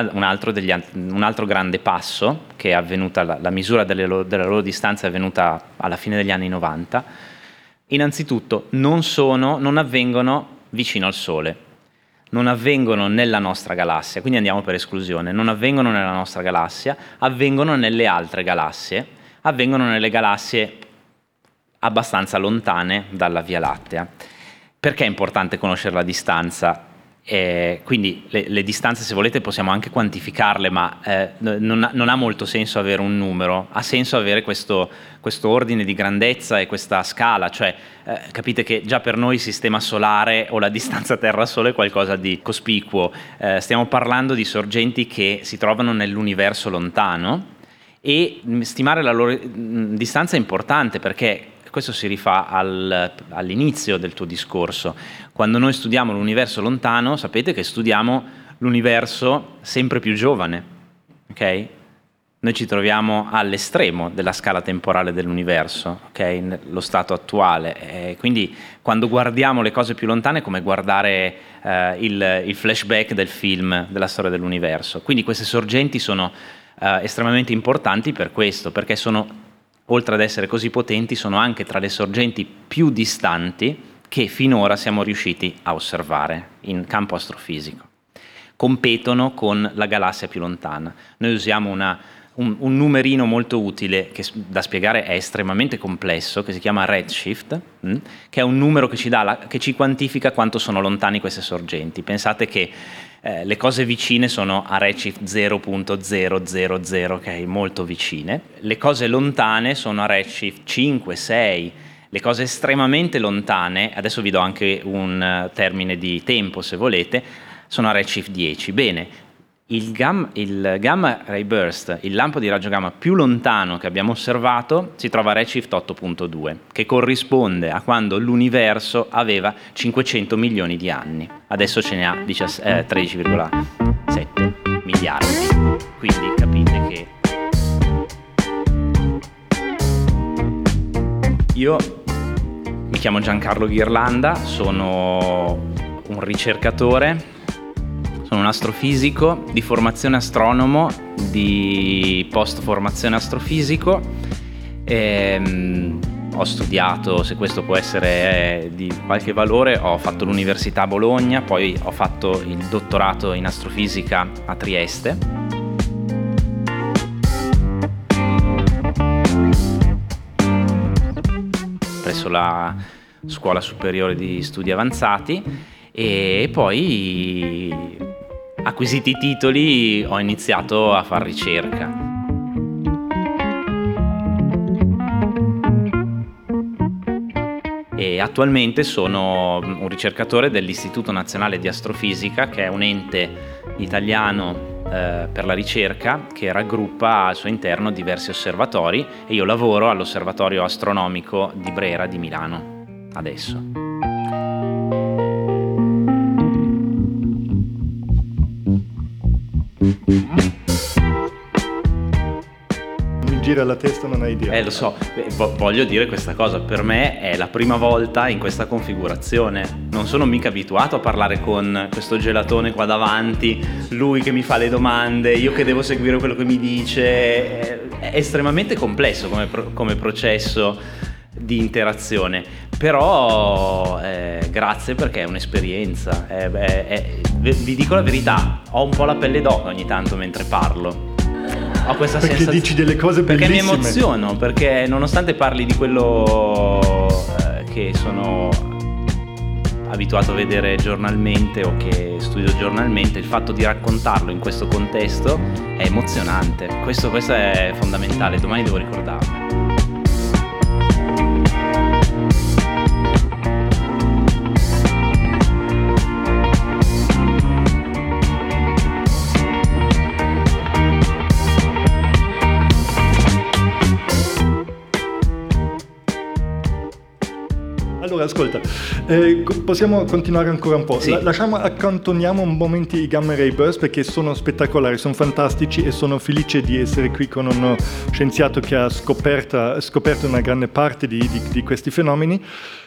altro grande passo che è avvenuta, la misura della loro distanza è avvenuta alla fine degli anni 90. Innanzitutto non avvengono vicino al Sole, non avvengono nella nostra galassia, quindi andiamo per esclusione, non avvengono nella nostra galassia, avvengono nelle altre galassie, avvengono nelle galassie abbastanza lontane dalla Via Lattea. Perché è importante conoscere la distanza? Quindi le distanze, se volete, possiamo anche quantificarle, ma non ha molto senso avere un numero, ha senso avere questo ordine di grandezza e questa scala, cioè capite che già per noi il sistema solare o la distanza Terra-Sole è qualcosa di cospicuo. Stiamo parlando di sorgenti che si trovano nell'universo lontano, e stimare la loro distanza è importante perché questo si rifà all'inizio del tuo discorso. Quando noi studiamo l'universo lontano, sapete che studiamo l'universo sempre più giovane, ok? Noi ci troviamo all'estremo della scala temporale dell'universo, ok? Lo stato attuale. Quindi quando guardiamo le cose più lontane è come guardare il flashback del film della storia dell'universo. Quindi queste sorgenti sono estremamente importanti per questo, perché sono, oltre ad essere così potenti, sono anche tra le sorgenti più distanti che finora siamo riusciti a osservare in campo astrofisico. Competono con la galassia più lontana. Noi usiamo un numerino molto utile che da spiegare è estremamente complesso, che si chiama redshift, che è un numero che ci quantifica quanto sono lontani queste sorgenti. Pensate che le cose vicine sono a redshift 0.000, ok, molto vicine. Le cose lontane sono a redshift 5, 6. Le cose estremamente lontane, adesso vi do anche un termine di tempo se volete, sono a redshift 10. Bene, il gamma ray burst, il lampo di raggio gamma più lontano che abbiamo osservato, si trova a redshift 8.2, che corrisponde a quando l'universo aveva 500 milioni di anni. Adesso ce ne ha 13,7 miliardi. Quindi capite che io mi chiamo Giancarlo Ghirlanda, sono un ricercatore. Sono un astrofisico di formazione astronomo, di post-formazione astrofisico. Ho studiato, se questo può essere di qualche valore, ho fatto l'università a Bologna, poi ho fatto il dottorato in astrofisica a Trieste. Presso la Scuola Superiore di Studi Avanzati, e poi, acquisiti i titoli, ho iniziato a fare ricerca. e attualmente sono un ricercatore dell'Istituto Nazionale di Astrofisica, che è un ente italiano per la ricerca che raggruppa al suo interno diversi osservatori, e io lavoro all'Osservatorio Astronomico di Brera di Milano adesso. Mi gira la testa, non hai idea. Lo so, voglio dire questa cosa, per me è la prima volta in questa configurazione, non sono mica abituato a parlare con questo gelatone qua davanti, lui che mi fa le domande, io che devo seguire quello che mi dice, è estremamente complesso come processo di interazione, però grazie, perché è un'esperienza, vi dico la verità, ho un po' la pelle d'oca ogni tanto mentre parlo. Ho questa perché sensazione, dici delle cose bellissime. Perché mi emoziono, perché nonostante parli di quello che sono abituato a vedere giornalmente o che studio giornalmente, il fatto di raccontarlo in questo contesto è emozionante. Questo è fondamentale, domani devo ricordarlo. Allora, ascolta, possiamo continuare ancora un po'? Sì. Accantoniamo un momento i Gamma Ray Burst, perché sono spettacolari, sono fantastici, e sono felice di essere qui con uno scienziato che ha scoperto una grande parte di questi fenomeni.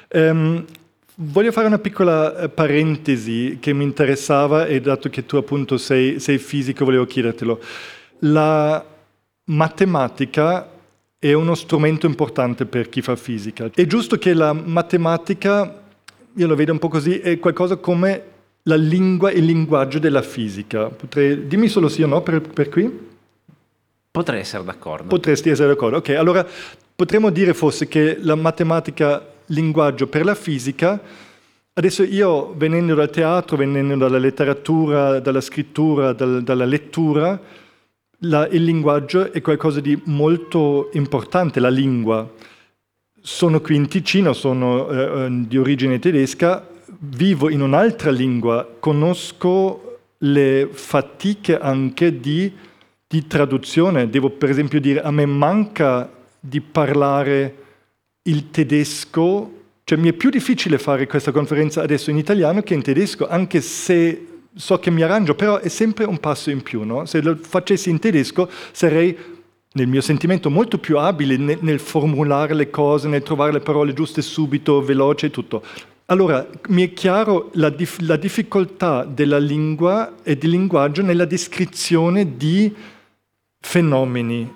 Voglio fare una piccola parentesi che mi interessava, e dato che tu appunto sei fisico volevo chiedertelo. La matematica è uno strumento importante per chi fa fisica. È giusto che la matematica, io lo vedo un po' così, è qualcosa come la lingua e il linguaggio della fisica. Dimmi solo sì o no per qui? Potrei essere d'accordo. Potresti essere d'accordo, ok. Allora potremmo dire forse che la matematica linguaggio per la fisica. Adesso io, venendo dal teatro, venendo dalla letteratura, dalla scrittura, dalla lettura, il linguaggio è qualcosa di molto importante, la lingua. Sono qui in Ticino, sono di origine tedesca, vivo in un'altra lingua, conosco le fatiche anche di traduzione. Devo per esempio dire, a me manca di parlare il tedesco, cioè mi è più difficile fare questa conferenza adesso in italiano che in tedesco, anche se so che mi arrangio, però è sempre un passo in più, no? Se lo facessi in tedesco sarei, nel mio sentimento, molto più abile nel formulare le cose, nel trovare le parole giuste subito, veloce e tutto. Allora, mi è chiaro la difficoltà della lingua e del linguaggio nella descrizione di fenomeni.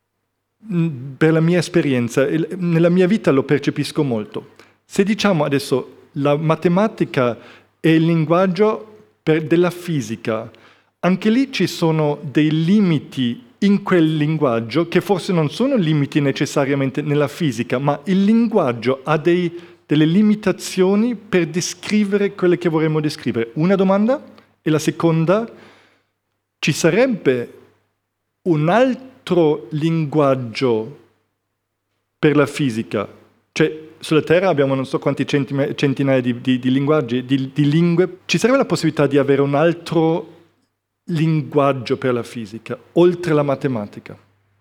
Per la mia esperienza, nella mia vita lo percepisco molto. Se diciamo adesso la matematica e il linguaggio della fisica, anche lì ci sono dei limiti in quel linguaggio che forse non sono limiti necessariamente nella fisica, ma il linguaggio ha delle limitazioni per descrivere quelle che vorremmo descrivere. Una domanda, e la seconda, ci sarebbe un altro linguaggio per la fisica? Cioè, sulla Terra abbiamo non so quanti centinaia di linguaggi, di lingue. Ci sarebbe la possibilità di avere un altro linguaggio per la fisica, oltre la matematica?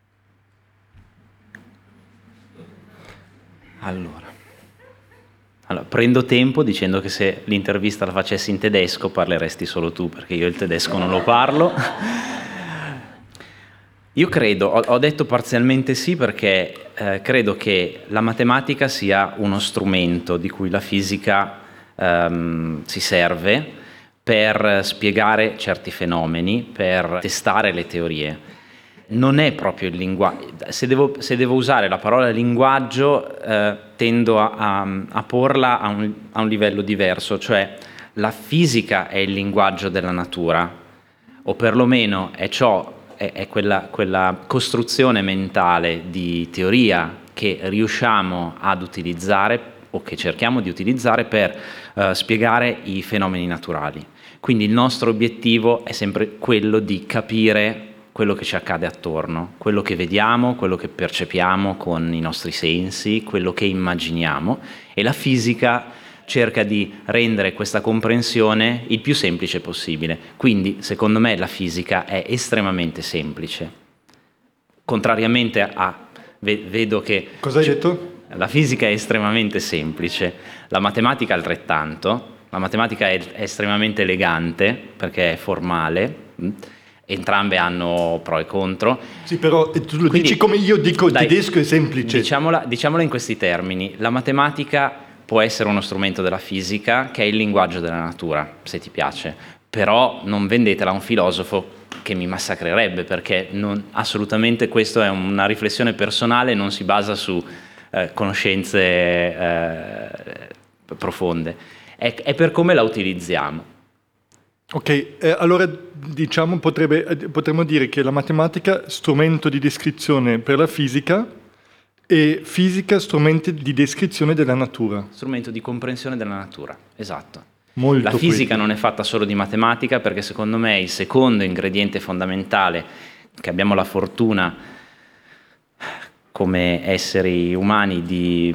Allora, prendo tempo dicendo che se l'intervista la facessi in tedesco parleresti solo tu, perché io il tedesco non lo parlo. Io credo, ho detto parzialmente sì, perché credo che la matematica sia uno strumento di cui la fisica si serve per spiegare certi fenomeni, per testare le teorie. Non è proprio il linguaggio. Se devo usare la parola linguaggio, tendo a porla a un livello diverso, cioè la fisica è il linguaggio della natura, o perlomeno è quella costruzione mentale di teoria che riusciamo ad utilizzare o che cerchiamo di utilizzare per spiegare i fenomeni naturali. Quindi il nostro obiettivo è sempre quello di capire quello che ci accade attorno, quello che vediamo, quello che percepiamo con i nostri sensi, quello che immaginiamo, e la fisica cerca di rendere questa comprensione il più semplice possibile. Quindi, secondo me, la fisica è estremamente semplice. Contrariamente a... vedo che... Cosa hai detto? La fisica è estremamente semplice, la matematica altrettanto. La matematica è estremamente elegante perché è formale, entrambe hanno pro e contro. Sì, però tu lo dici come io dico, il tedesco è semplice. Diciamola in questi termini: la matematica può essere uno strumento della fisica, che è il linguaggio della natura, se ti piace, però non vendetela a un filosofo che mi massacrerebbe, perché assolutamente questa è una riflessione personale, non si basa su conoscenze profonde. È per come la utilizziamo. Ok, allora diciamo potremmo dire che la matematica è strumento di descrizione per la fisica e fisica strumento di descrizione della natura. Strumento di comprensione della natura, esatto. Molto la fisica poetico. Non è fatta solo di matematica, perché secondo me il secondo ingrediente fondamentale che abbiamo la fortuna come esseri umani di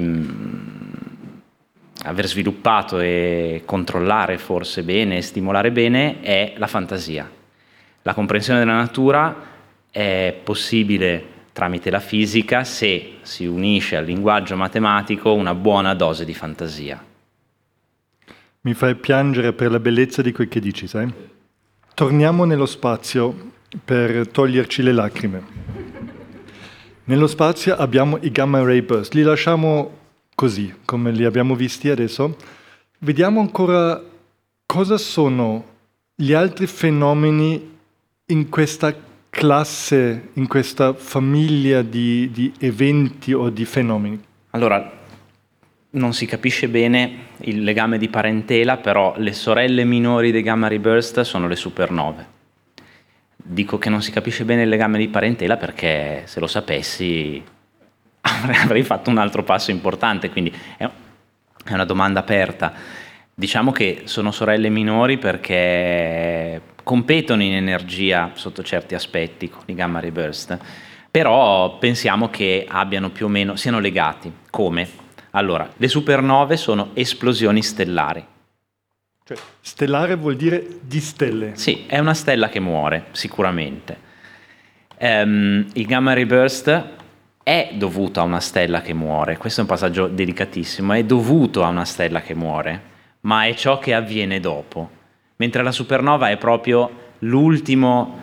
aver sviluppato e controllare forse bene, stimolare bene, è la fantasia. La comprensione della natura è possibile tramite la fisica se si unisce al linguaggio matematico una buona dose di fantasia. Mi fai piangere per la bellezza di quel che dici, sai? Torniamo nello spazio per toglierci le lacrime. Nello spazio abbiamo i gamma ray burst, li lasciamo così, come li abbiamo visti adesso. Vediamo ancora cosa sono gli altri fenomeni in questa classe, in questa famiglia di eventi o di fenomeni. Allora, non si capisce bene il legame di parentela, però le sorelle minori dei gamma ray burst sono le supernove. Dico che non si capisce bene il legame di parentela perché se lo sapessi avrei fatto un altro passo importante, quindi è una domanda aperta. Diciamo che sono sorelle minori perché competono in energia sotto certi aspetti con i gamma ray burst, però pensiamo che abbiano più o meno, siano legati. Come? Allora, le supernove sono esplosioni stellari. Cioè, stellare vuol dire di stelle. Sì, è una stella che muore, sicuramente. Il gamma ray burst è dovuto a una stella che muore, questo è un passaggio delicatissimo, è dovuto a una stella che muore, ma è ciò che avviene dopo. Mentre la supernova è proprio l'ultimo...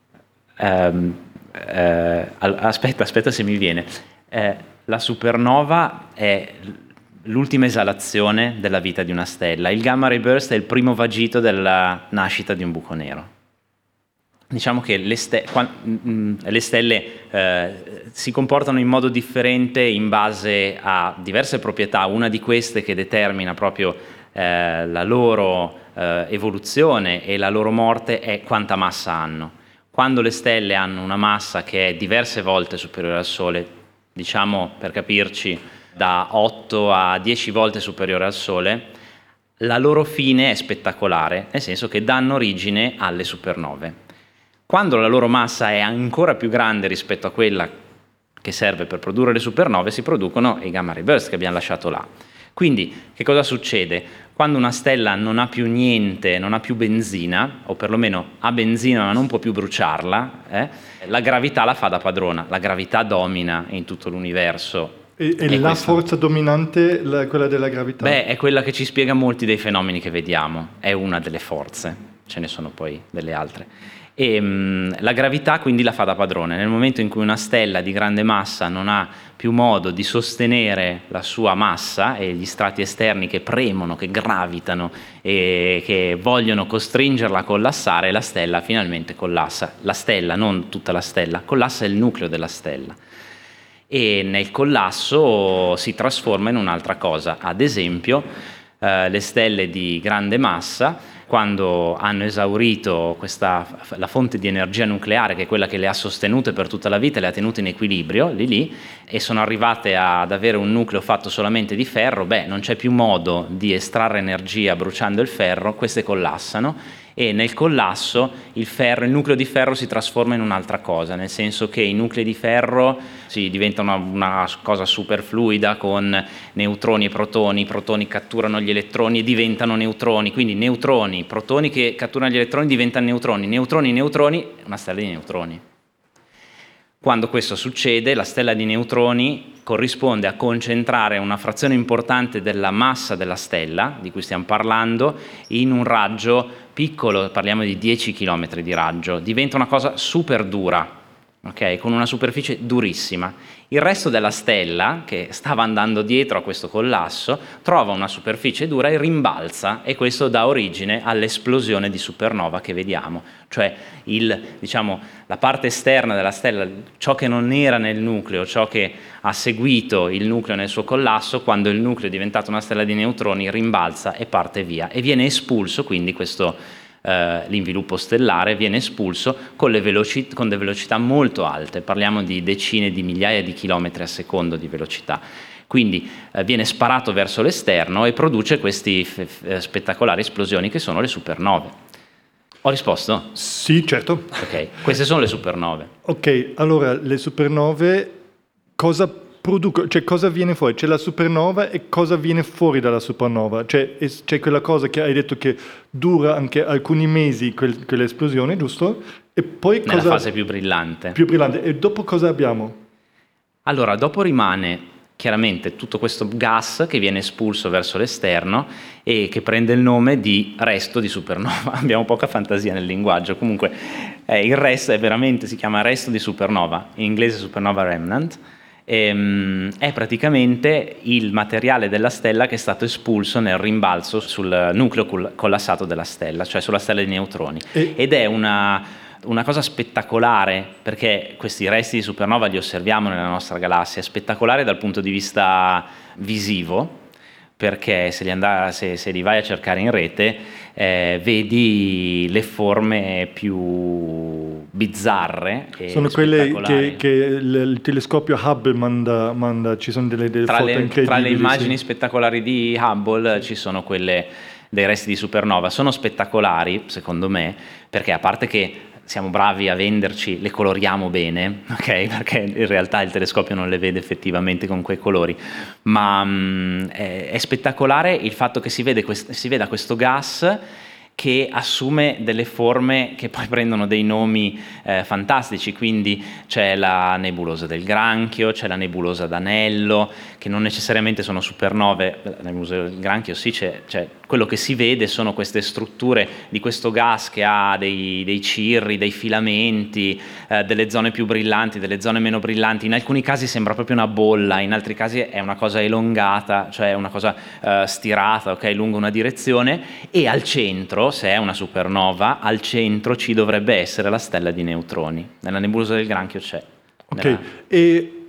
aspetta se mi viene. La supernova è l'ultima esalazione della vita di una stella. Il gamma ray burst è il primo vagito della nascita di un buco nero. Diciamo che le stelle si comportano in modo differente in base a diverse proprietà. Una di queste che determina proprio la loro evoluzione e la loro morte è quanta massa hanno. Quando le stelle hanno una massa che è diverse volte superiore al Sole, diciamo per capirci da 8 a 10 volte superiore al Sole, la loro fine è spettacolare, nel senso che danno origine alle supernove. Quando la loro massa è ancora più grande rispetto a quella che serve per produrre le supernove, si producono i gamma ray burst che abbiamo lasciato là. Quindi, che cosa succede? Quando una stella non ha più niente, non ha più benzina, o perlomeno ha benzina ma non può più bruciarla, la gravità la fa da padrona. La gravità domina in tutto l'universo. E la forza dominante, quella della gravità? Beh, è quella che ci spiega molti dei fenomeni che vediamo. È una delle forze, ce ne sono poi delle altre. E la gravità quindi la fa da padrone. Nel momento in cui una stella di grande massa non ha più modo di sostenere la sua massa e gli strati esterni che premono, che gravitano e che vogliono costringerla a collassare, la stella finalmente collassa. La stella, non tutta la stella, collassa il nucleo della stella. E nel collasso si trasforma in un'altra cosa. Ad esempio, le stelle di grande massa, quando hanno esaurito la fonte di energia nucleare, che è quella che le ha sostenute per tutta la vita e le ha tenute in equilibrio, lì, e sono arrivate ad avere un nucleo fatto solamente di ferro, non c'è più modo di estrarre energia bruciando il ferro, queste collassano e nel collasso il nucleo di ferro si trasforma in un'altra cosa, nel senso che i nuclei di ferro si diventano una cosa super fluida con neutroni e protoni, i protoni catturano gli elettroni e diventano neutroni, quindi neutroni, protoni che catturano gli elettroni diventano neutroni, una stella di neutroni. Quando questo succede, la stella di neutroni corrisponde a concentrare una frazione importante della massa della stella, di cui stiamo parlando, in un raggio piccolo, parliamo di 10 km di raggio, diventa una cosa super dura, okay? Con una superficie durissima. Il resto della stella, che stava andando dietro a questo collasso, trova una superficie dura e rimbalza, e questo dà origine all'esplosione di supernova che vediamo, cioè la parte esterna della stella, ciò che non era nel nucleo, ciò che ha seguito il nucleo nel suo collasso, quando il nucleo è diventato una stella di neutroni rimbalza e parte via e viene espulso, quindi l'inviluppo stellare viene espulso con delle velocità molto alte, parliamo di decine di migliaia di chilometri a secondo di velocità, quindi viene sparato verso l'esterno e produce queste spettacolari esplosioni che sono le supernove. Ho risposto? Sì, certo. Ok, queste sono le supernove. Ok, allora le supernove cosa producono? Cioè cosa viene fuori? C'è la supernova e cosa viene fuori dalla supernova? Cioè c'è quella cosa che hai detto che dura anche alcuni mesi, quell'esplosione, giusto? E poi nella fase più brillante. Più brillante. E dopo cosa abbiamo? Allora, dopo rimane chiaramente tutto questo gas che viene espulso verso l'esterno e che prende il nome di resto di supernova. Abbiamo poca fantasia nel linguaggio, comunque il resto si chiama resto di supernova, in inglese supernova remnant, è praticamente il materiale della stella che è stato espulso nel rimbalzo sul nucleo collassato della stella, cioè sulla stella di neutroni, ed è una cosa spettacolare, perché questi resti di supernova li osserviamo nella nostra galassia, è spettacolare dal punto di vista visivo, perché se li vai a cercare in rete vedi le forme più bizzarre e sono quelle che il telescopio Hubble manda, ci sono delle foto incredibili. Tra le immagini spettacolari di Hubble ci sono quelle dei resti di supernova, sono spettacolari secondo me, perché a parte che siamo bravi a venderci, le coloriamo bene, ok? Perché in realtà il telescopio non le vede effettivamente con quei colori, ma è spettacolare il fatto che si veda questo gas che assume delle forme che poi prendono dei nomi fantastici, quindi c'è la nebulosa del Granchio, c'è la nebulosa d'Anello, che non necessariamente sono supernove. La nebulosa del Granchio sì, c'è quello che si vede sono queste strutture di questo gas che ha dei cirri, dei filamenti, delle zone più brillanti, delle zone meno brillanti. In alcuni casi sembra proprio una bolla, in altri casi è una cosa elongata, cioè una cosa stirata, ok, lungo una direzione, e al centro, se è una supernova, al centro ci dovrebbe essere la stella di neutroni. Nella nebulosa del Granchio c'è. Ok, e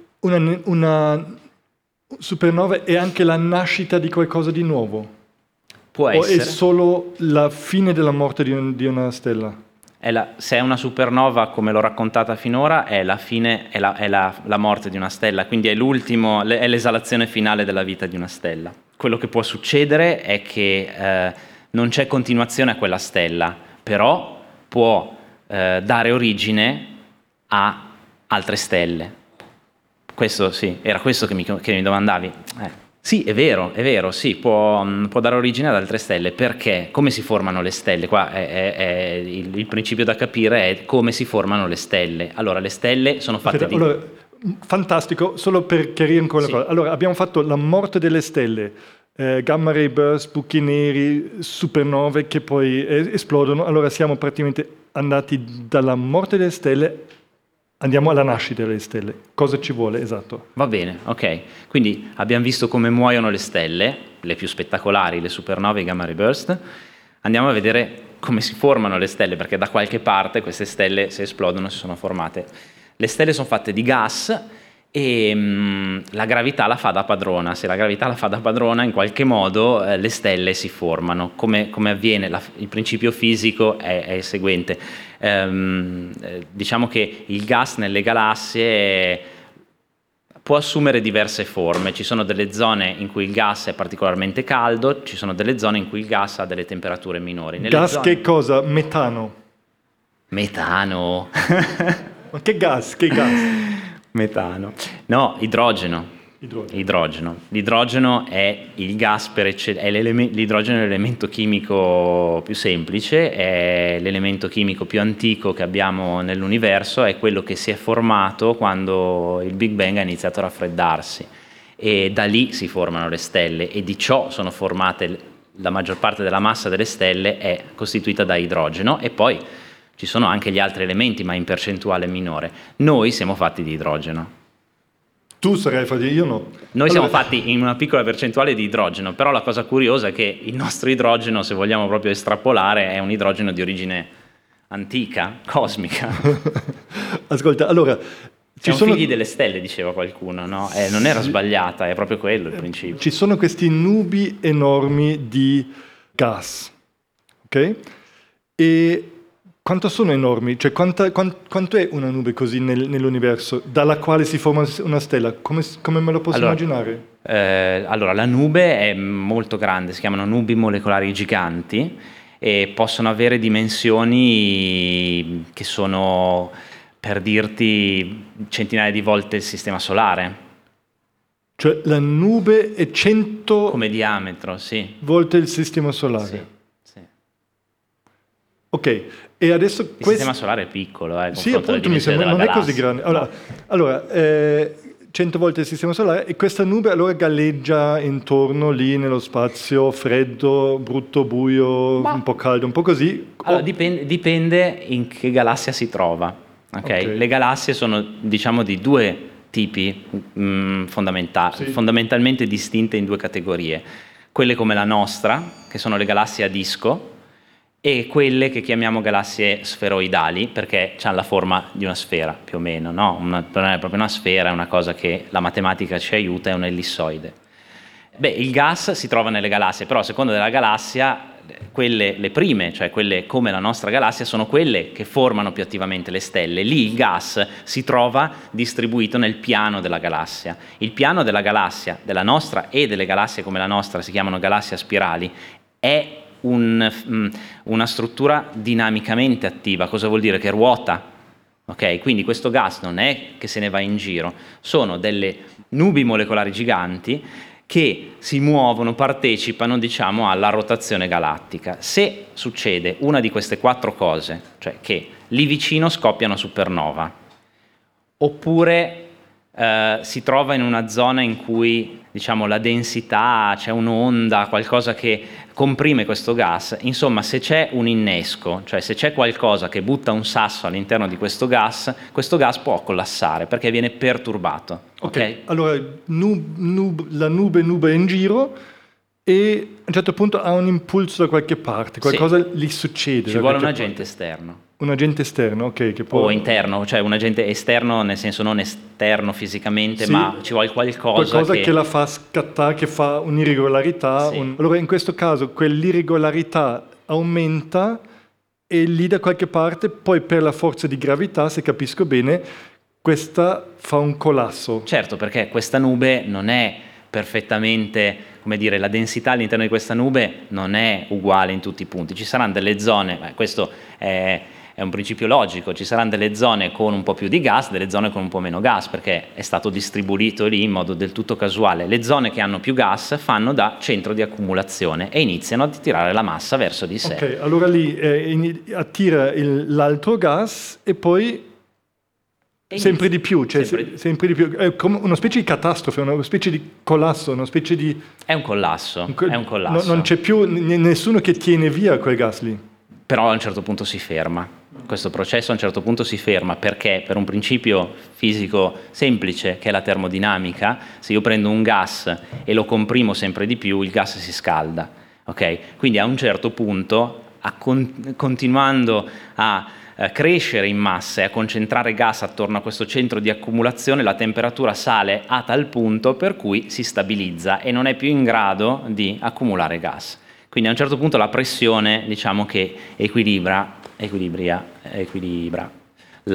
una supernova è anche la nascita di qualcosa di nuovo? Può essere. O è solo la fine della morte di una stella? Se è una supernova, come l'ho raccontata finora, è la fine, è la morte di una stella, quindi è l'esalazione finale della vita di una stella. Quello che può succedere è che non c'è continuazione a quella stella, però può dare origine a altre stelle. Questo sì, era questo che mi domandavi. Sì, è vero, sì, può dare origine ad altre stelle. Perché? Come si formano le stelle? Qua il principio da capire è come si formano le stelle. Allora, le stelle sono fatte di... Allora, fantastico, solo per chiarire ancora una cosa. Allora, abbiamo fatto la morte delle stelle, gamma ray burst, buchi neri, supernove che poi esplodono. Allora siamo praticamente andati dalla morte delle stelle, andiamo alla nascita delle stelle. Cosa ci vuole, esatto? Va bene, ok. Quindi abbiamo visto come muoiono le stelle, le più spettacolari, le supernove e i gamma ray burst. Andiamo a vedere come si formano le stelle, perché da qualche parte queste stelle, se esplodono, si sono formate. Le stelle sono fatte di gas e la gravità la fa da padrona. Se la gravità la fa da padrona, in qualche modo le stelle si formano. Come avviene? Il principio fisico è il seguente. Diciamo che il gas nelle galassie può assumere diverse forme. Ci sono delle zone in cui il gas è particolarmente caldo, ci sono delle zone in cui il gas ha delle temperature minori. Gas che cosa? Metano. Metano. Ma che gas? Che gas? Metano. No, idrogeno. L'idrogeno è il gas l'idrogeno è l'elemento chimico più semplice, è l'elemento chimico più antico che abbiamo nell'universo, è quello che si è formato quando il Big Bang ha iniziato a raffreddarsi e da lì si formano le stelle e di ciò sono formate la maggior parte della massa delle stelle è costituita da idrogeno e poi ci sono anche gli altri elementi ma in percentuale minore. Noi siamo fatti di idrogeno. Tu sarai fatto, io no. Noi siamo fatti in una piccola percentuale di idrogeno, però la cosa curiosa è che il nostro idrogeno, se vogliamo proprio estrapolare, è un idrogeno di origine antica, cosmica. Ascolta, allora... Siamo figli delle stelle, diceva qualcuno, no? Non era sbagliata, è proprio quello il principio. Ci sono questi nubi enormi di gas, ok? E... quanto sono enormi? Cioè, quanto è una nube così nell'universo, dalla quale si forma una stella? Come me lo posso immaginare? Allora, la nube è molto grande, si chiamano nubi molecolari giganti e possono avere dimensioni che sono, per dirti, centinaia di volte il sistema solare. Cioè, la nube è 100... come diametro, sì. Volte il sistema solare? Sì. Ok, e adesso... Il sistema solare è piccolo, sì, appunto, mi sembra, non è così grande. Allora 100 volte il sistema solare, e questa nube allora galleggia intorno lì nello spazio, freddo, brutto, buio, un po' caldo, un po' così? Allora, dipende in che galassia si trova. Okay? Le galassie sono, diciamo, di due tipi fondamentalmente distinte in due categorie. Quelle come la nostra, che sono le galassie a disco, e quelle che chiamiamo galassie sferoidali, perché hanno la forma di una sfera, più o meno, no? Non è proprio una sfera, è una cosa che la matematica ci aiuta, è un ellissoide. Il gas si trova nelle galassie, però a seconda della galassia, le prime, cioè quelle come la nostra galassia, sono quelle che formano più attivamente le stelle. Lì il gas si trova distribuito nel piano della galassia. Il piano della galassia, della nostra e delle galassie come la nostra, si chiamano galassie a spirali, è una struttura dinamicamente attiva. Cosa vuol dire? Che ruota. Okay? Quindi questo gas non è che se ne va in giro, sono delle nubi molecolari giganti che si muovono, partecipano, diciamo, alla rotazione galattica. Se succede una di queste quattro cose, cioè che lì vicino scoppia una supernova, oppure si trova in una zona in cui, diciamo, la densità, c'è un'onda, qualcosa che comprime questo gas, insomma, se c'è un innesco, cioè se c'è qualcosa che butta un sasso all'interno di questo gas può collassare perché viene perturbato. Ok? Allora la nube è in giro e a un certo punto ha un impulso da qualche parte, qualcosa gli succede. Ci vuole un agente esterno. Un agente esterno, ok. Che può... O interno, cioè un agente esterno nel senso non esterno fisicamente, ma ci vuole qualcosa che la fa scattare, che fa un'irregolarità. Sì. Allora in questo caso quell'irregolarità aumenta e lì da qualche parte, poi per la forza di gravità, se capisco bene, questa fa un collasso. Certo, perché questa nube non è perfettamente, come dire, la densità all'interno di questa nube non è uguale in tutti i punti. Ci saranno delle zone, questo è un principio logico, ci saranno delle zone con un po' più di gas, delle zone con un po' meno gas, perché è stato distribuito lì in modo del tutto casuale. Le zone che hanno più gas fanno da centro di accumulazione e iniziano a tirare la massa verso di sé. Ok, allora lì attira l'altro gas e poi sempre di più, cioè sempre di più. È come una specie di catastrofe, una specie di collasso, una specie di... È un collasso, è un collasso. Non c'è più nessuno che tiene via quel gas lì. Però a un certo punto si ferma. Questo processo a un certo punto si ferma perché per un principio fisico semplice che è la termodinamica, se io prendo un gas e lo comprimo sempre di più, il gas si scalda. Okay? Quindi a un certo punto, continuando a crescere in massa e a concentrare gas attorno a questo centro di accumulazione, la temperatura sale a tal punto per cui si stabilizza e non è più in grado di accumulare gas. Quindi a un certo punto la pressione, diciamo che equilibra la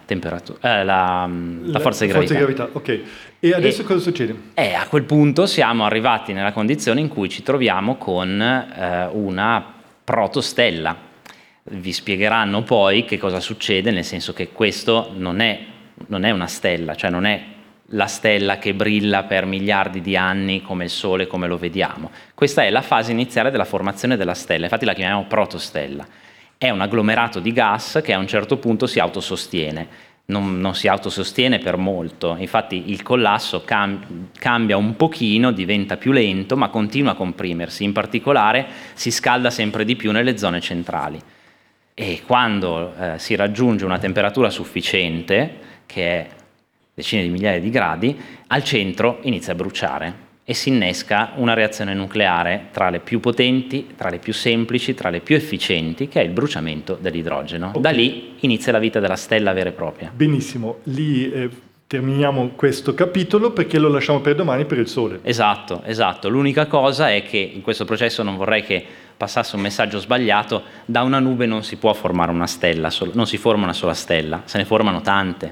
la forza di gravità. Ok. E adesso cosa succede? A quel punto siamo arrivati nella condizione in cui ci troviamo con una protostella. Vi spiegheranno poi che cosa succede, nel senso che questo non è una stella, cioè non è la stella che brilla per miliardi di anni come il Sole, come lo vediamo. Questa è la fase iniziale della formazione della stella, infatti la chiamiamo protostella. È un agglomerato di gas che a un certo punto si autosostiene. Non si autosostiene per molto, infatti il collasso cambia un pochino, diventa più lento, ma continua a comprimersi, in particolare si scalda sempre di più nelle zone centrali. E quando si raggiunge una temperatura sufficiente, che è decine di migliaia di gradi, al centro inizia a bruciare e si innesca una reazione nucleare tra le più potenti, tra le più semplici, tra le più efficienti, che è il bruciamento dell'idrogeno. Okay. Da lì inizia la vita della stella vera e propria. Benissimo, lì terminiamo questo capitolo perché lo lasciamo per domani per il Sole. Esatto. L'unica cosa è che in questo processo non vorrei che passasse un messaggio sbagliato: da una nube non si può formare una stella, non si forma una sola stella, se ne formano tante.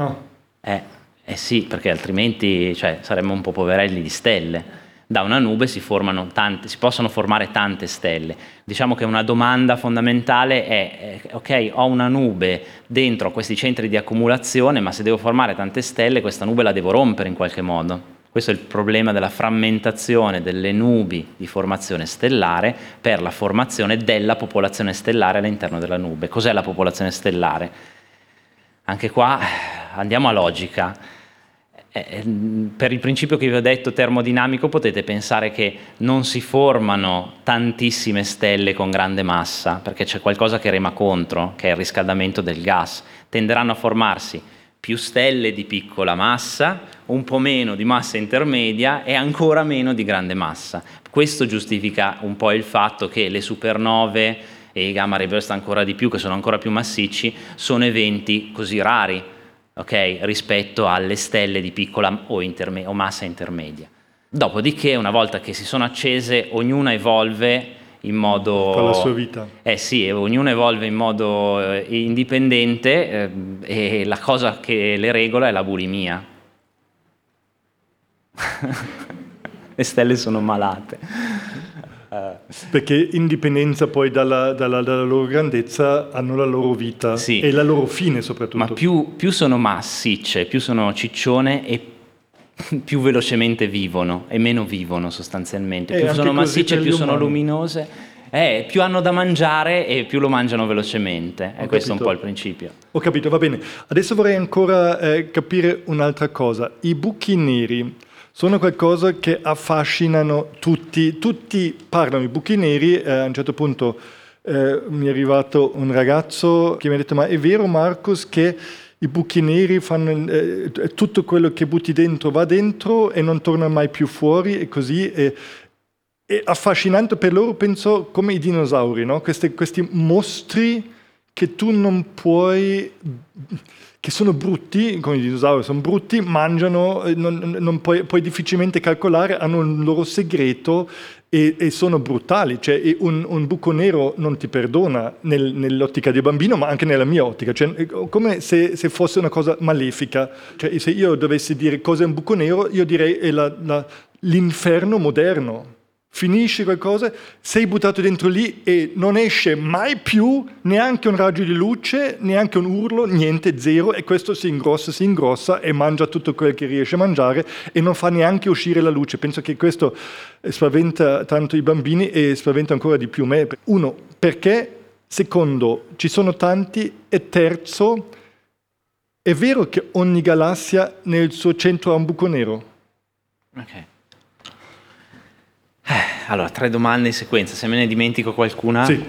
Sì, perché altrimenti saremmo un po' poverelli di stelle. Da una nube si possono formare tante stelle. Diciamo che una domanda fondamentale è ok, ho una nube dentro questi centri di accumulazione, ma se devo formare tante stelle, questa nube la devo rompere in qualche modo. Questo è il problema della frammentazione delle nubi di formazione stellare per la formazione della popolazione stellare all'interno della nube. Cos'è la popolazione stellare? Anche qua andiamo a logica. Per il principio che vi ho detto termodinamico, potete pensare che non si formano tantissime stelle con grande massa, perché c'è qualcosa che rema contro, che è il riscaldamento del gas. Tenderanno a formarsi più stelle di piccola massa, un po' meno di massa intermedia e ancora meno di grande massa. Questo giustifica un po' il fatto che le supernove e i gamma ray burst ancora di più, che sono ancora più massicci, sono eventi così rari, rispetto alle stelle di piccola o massa intermedia. Dopodiché, una volta che si sono accese, ognuna evolve in modo... Con la sua vita. Sì, ognuno evolve in modo indipendente e la cosa che le regola è la bulimia. Le stelle sono malate. Perché in dipendenza poi dalla loro grandezza hanno la loro vita, sì, e la loro fine soprattutto. Ma più sono massicce, più sono ciccione e più velocemente vivono e meno vivono sostanzialmente. Più sono massicce, più sono luminose, più hanno da mangiare e più lo mangiano velocemente. Questo è un po' il principio. Ho capito, va bene. Adesso vorrei ancora capire un'altra cosa. I buchi neri sono qualcosa che affascinano tutti parlano di buchi neri. A un certo punto mi è arrivato un ragazzo che mi ha detto: ma è vero, Marcus, che i buchi neri fanno tutto quello che butti dentro va dentro e non torna mai più fuori, e così è affascinante per loro, penso, come i dinosauri, no? Questi mostri che tu non puoi, che sono brutti, come i dinosauri sono brutti, mangiano, non puoi difficilmente calcolare, hanno un loro segreto e sono brutali. Cioè, un buco nero non ti perdona nell'ottica del bambino, ma anche nella mia ottica. Cioè, come se fosse una cosa malefica. Cioè, se io dovessi dire cosa è un buco nero, io direi è l'inferno moderno. Finisci qualcosa, sei buttato dentro lì e non esce mai più neanche un raggio di luce, neanche un urlo, niente, zero, e questo si ingrossa e mangia tutto quel che riesce a mangiare e non fa neanche uscire la luce. Penso che questo spaventa tanto i bambini e spaventa ancora di più me. Uno, perché? Secondo, ci sono tanti, e terzo, è vero che ogni galassia nel suo centro ha un buco nero? Ok. Allora, 3 domande in sequenza, se me ne dimentico qualcuna... Sì.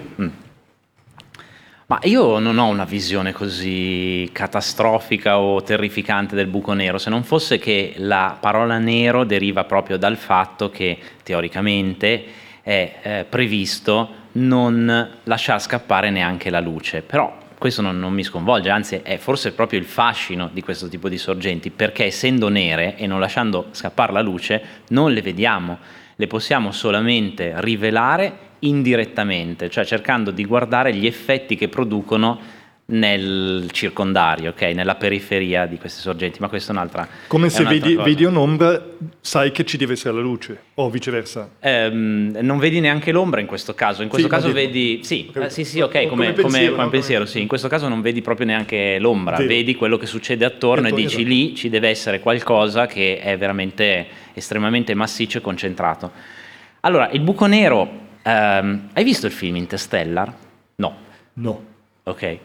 Ma io non ho una visione così catastrofica o terrificante del buco nero, se non fosse che la parola nero deriva proprio dal fatto che teoricamente è previsto non lasciar scappare neanche la luce. Però questo non mi sconvolge, anzi è forse proprio il fascino di questo tipo di sorgenti, perché essendo nere e non lasciando scappare la luce non le vediamo. Le possiamo solamente rivelare indirettamente, cioè cercando di guardare gli effetti che producono nel circondario, ok? Nella periferia di queste sorgenti, ma questa è un'altra. Come se cosa. vedi un'ombra, sai che ci deve essere la luce, o viceversa. Non vedi neanche l'ombra in questo caso. In questo caso vedi. Sì, ok, come pensiero, sì. In questo caso non vedi proprio neanche l'ombra, vedi quello che succede attorno e dici esatto. Lì ci deve essere qualcosa che è veramente estremamente massiccio e concentrato. Allora, il buco nero. Hai visto il film Interstellar? No. Ok.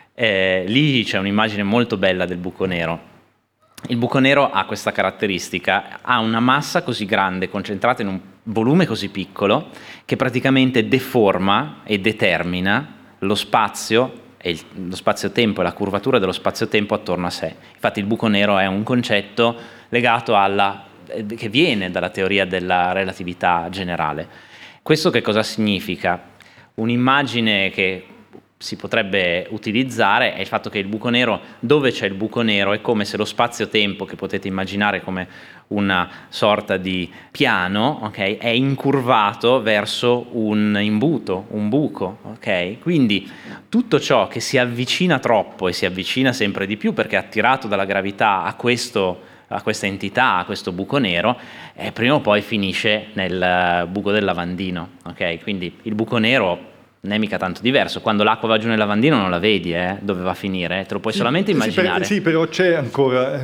Lì c'è un'immagine molto bella del buco nero. Il buco nero ha questa caratteristica, ha una massa così grande, concentrata in un volume così piccolo, che praticamente deforma e determina lo spazio e lo spazio-tempo e la curvatura dello spazio-tempo attorno a sé. Infatti il buco nero è un concetto legato che viene dalla teoria della relatività generale. Questo che cosa significa? Un'immagine che si potrebbe utilizzare è il fatto che il buco nero, dove c'è il buco nero, è come se lo spazio-tempo, che potete immaginare come una sorta di piano, okay, è incurvato verso un imbuto, un buco. Okay? Quindi tutto ciò che si avvicina troppo e si avvicina sempre di più perché è attirato dalla gravità a questa entità, a questo buco nero, prima o poi finisce nel buco del lavandino. Okay? Quindi il buco nero non è mica tanto diverso. Quando l'acqua va giù nel lavandino non la vedi dove va a finire, te lo puoi solamente immaginare. Sì, però c'è ancora.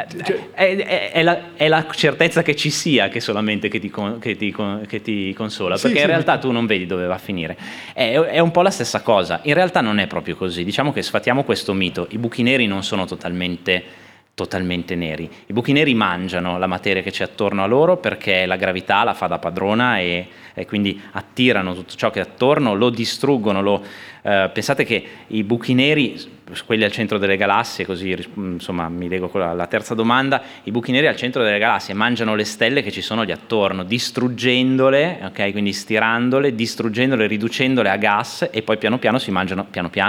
È la certezza che ci sia che solamente che ti consola, perché in realtà tu non vedi dove va a finire. È un po' la stessa cosa. In realtà non è proprio così. Diciamo che sfatiamo questo mito. I buchi neri non sono totalmente neri. I buchi neri mangiano la materia che c'è attorno a loro perché la gravità la fa da padrona e quindi attirano tutto ciò che è attorno, lo distruggono. Pensate che i buchi neri, quelli al centro delle galassie, così insomma mi leggo con la terza domanda, i buchi neri al centro delle galassie mangiano le stelle che ci sono lì attorno, distruggendole, okay? Quindi stirandole, distruggendole, riducendole a gas e poi piano piano si mangiano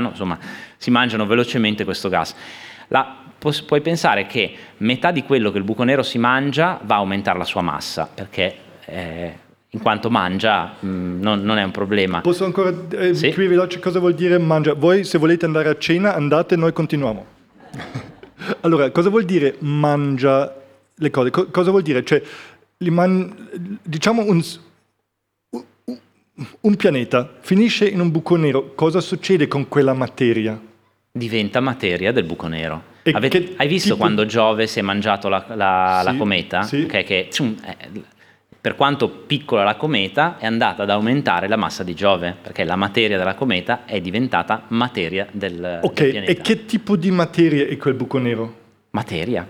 velocemente questo gas. Puoi pensare che metà di quello che il buco nero si mangia va a aumentare la sua massa, perché in quanto mangia non è un problema. Posso ancora sì? Qui veloce cosa vuol dire mangia? Voi se volete andare a cena andate, noi continuiamo. Allora, cosa vuol dire mangia le cose? Cosa vuol dire? Cioè, diciamo un pianeta finisce in un buco nero, cosa succede con quella materia? Diventa materia del buco nero. Hai visto quando Giove si è mangiato la cometa? Sì. Okay, per quanto piccola la cometa è andata ad aumentare la massa di Giove, perché la materia della cometa è diventata materia del pianeta. E che tipo di materia è quel buco nero? Materia,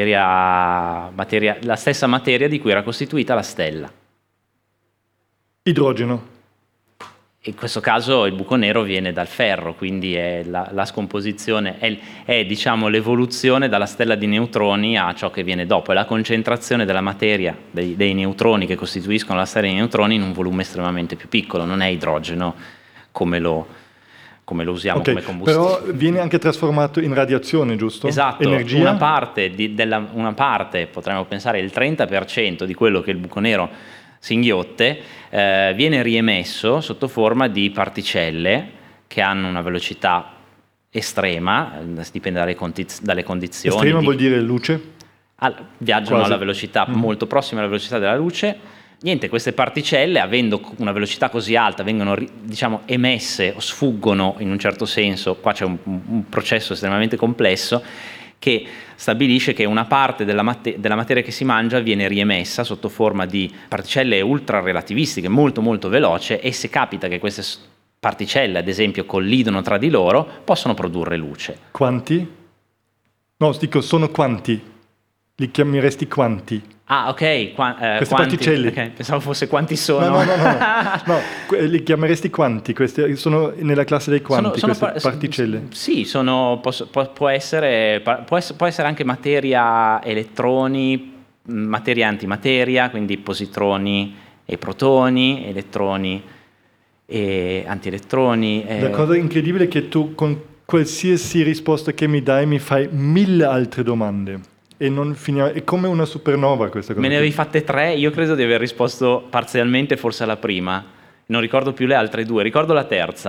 la stessa materia di cui era costituita la stella. Idrogeno. In questo caso il buco nero viene dal ferro, quindi è la scomposizione, è diciamo l'evoluzione dalla stella di neutroni a ciò che viene dopo, è la concentrazione della materia, dei neutroni che costituiscono la stella di neutroni in un volume estremamente più piccolo, non è idrogeno come lo usiamo come combustibile. Però viene anche trasformato in radiazione, giusto? Esatto, energia. Una parte, potremmo pensare il 30% di quello che il buco nero singhiotte, viene riemesso sotto forma di particelle che hanno una velocità estrema, dipende dalle condizioni. Estrema vuol dire luce? Viaggiano Quasi. alla velocità molto prossima alla velocità della luce. Niente, queste particelle, avendo una velocità così alta, vengono diciamo emesse o sfuggono in un certo senso. Qua c'è un processo estremamente complesso che stabilisce che una parte della materia che si mangia viene riemessa sotto forma di particelle ultrarelativistiche molto molto veloce, e se capita che queste particelle ad esempio collidono tra di loro possono produrre luce. Quanti? No, dico sono quanti? Li chiameresti quanti? Ah, ok. Queste particelle. Okay. Pensavo fosse quanti sono. No, li chiameresti quanti? Queste sono nella classe dei quanti, queste particelle? Sì, può essere anche materia, elettroni, materia antimateria, quindi positroni e protoni, elettroni e antielettroni. La cosa incredibile è che tu con qualsiasi risposta che mi dai mi fai 1000 altre domande. E non finiamo, è come una supernova questa cosa. Me ne avevi fatte 3, io credo di aver risposto parzialmente forse alla prima, non ricordo più le altre 2, ricordo la terza.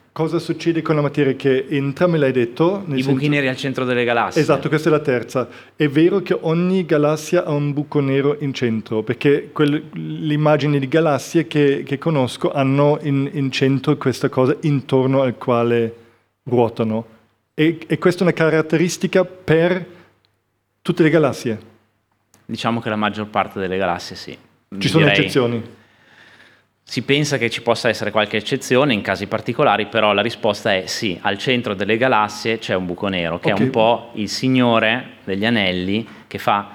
cosa succede con la materia che entra, me l'hai detto? I buchi neri al centro delle galassie. Esatto, questa è la terza. È vero che ogni galassia ha un buco nero in centro, perché l'immagine di galassie che conosco hanno in centro questa cosa intorno al quale ruotano. E questa è una caratteristica per tutte le galassie? Diciamo che la maggior parte delle galassie sì. Ci sono eccezioni? Si pensa che ci possa essere qualche eccezione in casi particolari, però la risposta è sì, al centro delle galassie c'è un buco nero, che è un po' il signore degli anelli che fa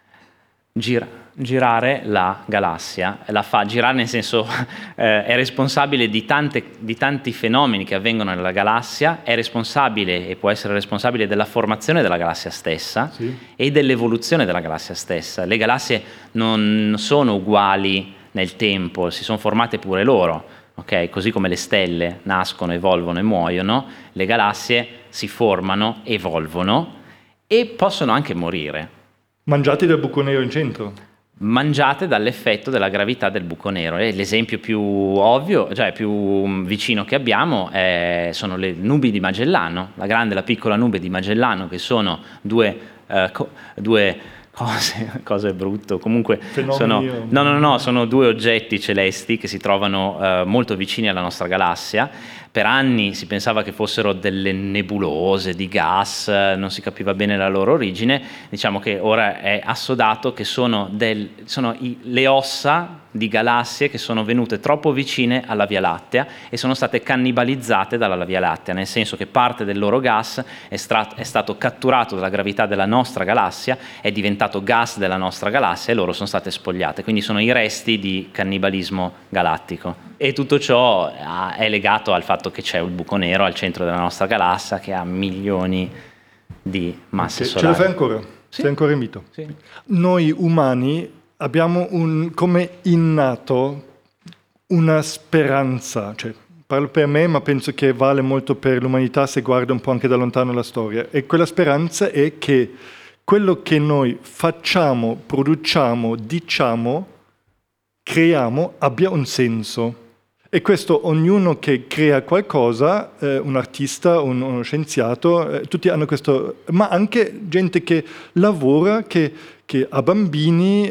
girare la galassia, la fa girare nel senso è responsabile di tanti fenomeni che avvengono nella galassia, è responsabile e può essere responsabile della formazione della galassia stessa e dell'evoluzione della galassia stessa. Le galassie non sono uguali nel tempo, si sono formate pure loro, ok? Così come le stelle nascono, evolvono e muoiono, le galassie si formano, evolvono e possono anche morire. Mangiate dal buco nero in centro? Mangiate dall'effetto della gravità del buco nero. E l'esempio più ovvio, cioè più vicino che abbiamo, sono le nubi di Magellano, la grande e la piccola nube di Magellano, che sono due cose brutto, comunque sono due oggetti celesti che si trovano molto vicini alla nostra galassia. Per anni si pensava che fossero delle nebulose di gas, non si capiva bene la loro origine. Diciamo che ora è assodato che sono le ossa di galassie che sono venute troppo vicine alla Via Lattea e sono state cannibalizzate dalla Via Lattea, nel senso che parte del loro gas è stato catturato dalla gravità della nostra galassia, è diventato gas della nostra galassia e loro sono state spogliate. Quindi sono i resti di cannibalismo galattico. E tutto ciò è legato al fatto che c'è un buco nero al centro della nostra galassia che ha milioni di masse solari. Ce la fai ancora? Sì. Sei ancora in mito? Sì. Noi umani abbiamo come innato una speranza, cioè parlo per me ma penso che vale molto per l'umanità se guarda un po' anche da lontano la storia, e quella speranza è che quello che noi facciamo, produciamo, diciamo, creiamo abbia un senso. E questo ognuno che crea qualcosa, un artista, uno scienziato, tutti hanno questo, ma anche gente che lavora, che ha bambini,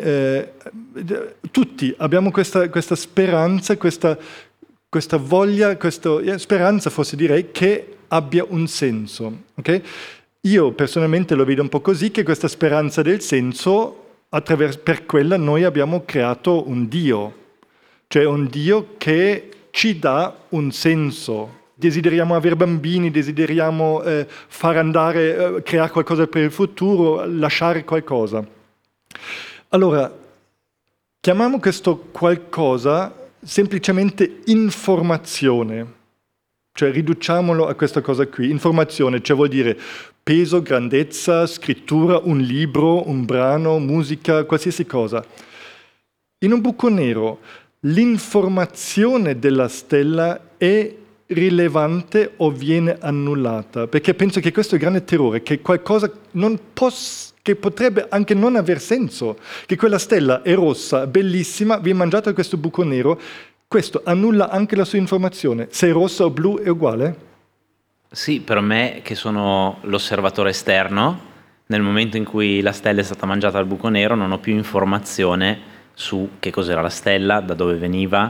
tutti abbiamo questa speranza, questa voglia, questa speranza forse direi, che abbia un senso. Okay? Io personalmente lo vedo un po' così, che questa speranza del senso, per quella noi abbiamo creato un Dio. Cioè un Dio che ci dà un senso. Desideriamo avere bambini, desideriamo far andare, creare qualcosa per il futuro, lasciare qualcosa. Allora, chiamiamo questo qualcosa semplicemente informazione. Cioè riduciamolo a questa cosa qui. Informazione, cioè vuol dire peso, grandezza, scrittura, un libro, un brano, musica, qualsiasi cosa. In un buco nero l'informazione della stella è rilevante o viene annullata, perché penso che questo è il grande terrore, che qualcosa che potrebbe anche non aver senso, che quella stella è rossa, bellissima, viene mangiata da questo buco nero, questo annulla anche la sua informazione. Se è rossa o blu è uguale? Sì, per me che sono l'osservatore esterno, nel momento in cui la stella è stata mangiata dal buco nero non ho più informazione su che cos'era la stella, da dove veniva,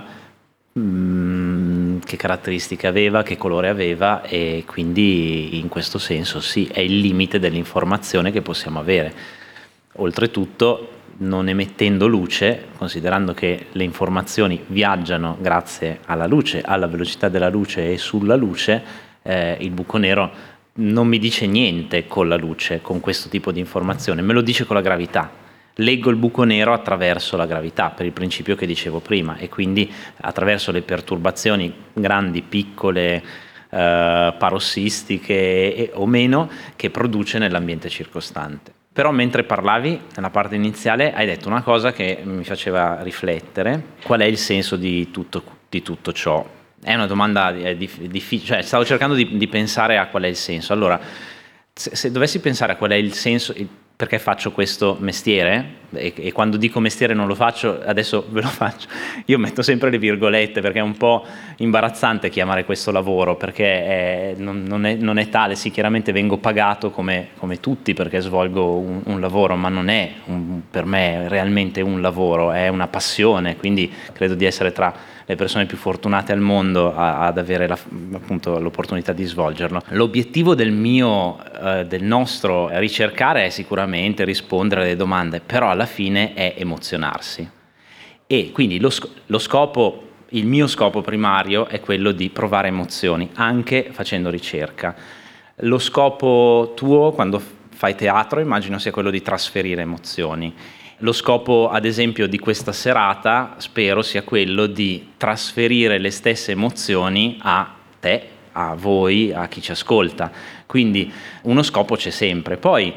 che caratteristiche aveva, che colore aveva, e quindi in questo senso sì, è il limite dell'informazione che possiamo avere. Oltretutto non emettendo luce, considerando che le informazioni viaggiano grazie alla luce, alla velocità della luce e sulla luce, il buco nero non mi dice niente con la luce, con questo tipo di informazione, me lo dice con la gravità. Leggo il buco nero attraverso la gravità, per il principio che dicevo prima, e quindi attraverso le perturbazioni grandi, piccole, parossistiche o meno, che produce nell'ambiente circostante. Però mentre parlavi, nella parte iniziale, hai detto una cosa che mi faceva riflettere. Qual è il senso di tutto ciò? È una domanda difficile, cioè stavo cercando di pensare a qual è il senso. Allora, se dovessi pensare a qual è il senso, perché faccio questo mestiere, e quando dico mestiere non lo faccio, adesso ve lo faccio, io metto sempre le virgolette perché è un po' imbarazzante chiamare questo lavoro, perché non è tale. Sì, chiaramente vengo pagato come tutti perché svolgo un lavoro, ma non è per me realmente un lavoro, è una passione, quindi credo di essere tra le persone più fortunate al mondo ad avere appunto l'opportunità di svolgerlo. L'obiettivo del nostro ricercare è sicuramente rispondere alle domande, però alla fine è emozionarsi. E quindi il mio scopo primario è quello di provare emozioni, anche facendo ricerca. Lo scopo tuo quando fai teatro immagino sia quello di trasferire emozioni. Lo scopo, ad esempio, di questa serata spero sia quello di trasferire le stesse emozioni a te, a voi, a chi ci ascolta. Quindi uno scopo c'è sempre. Poi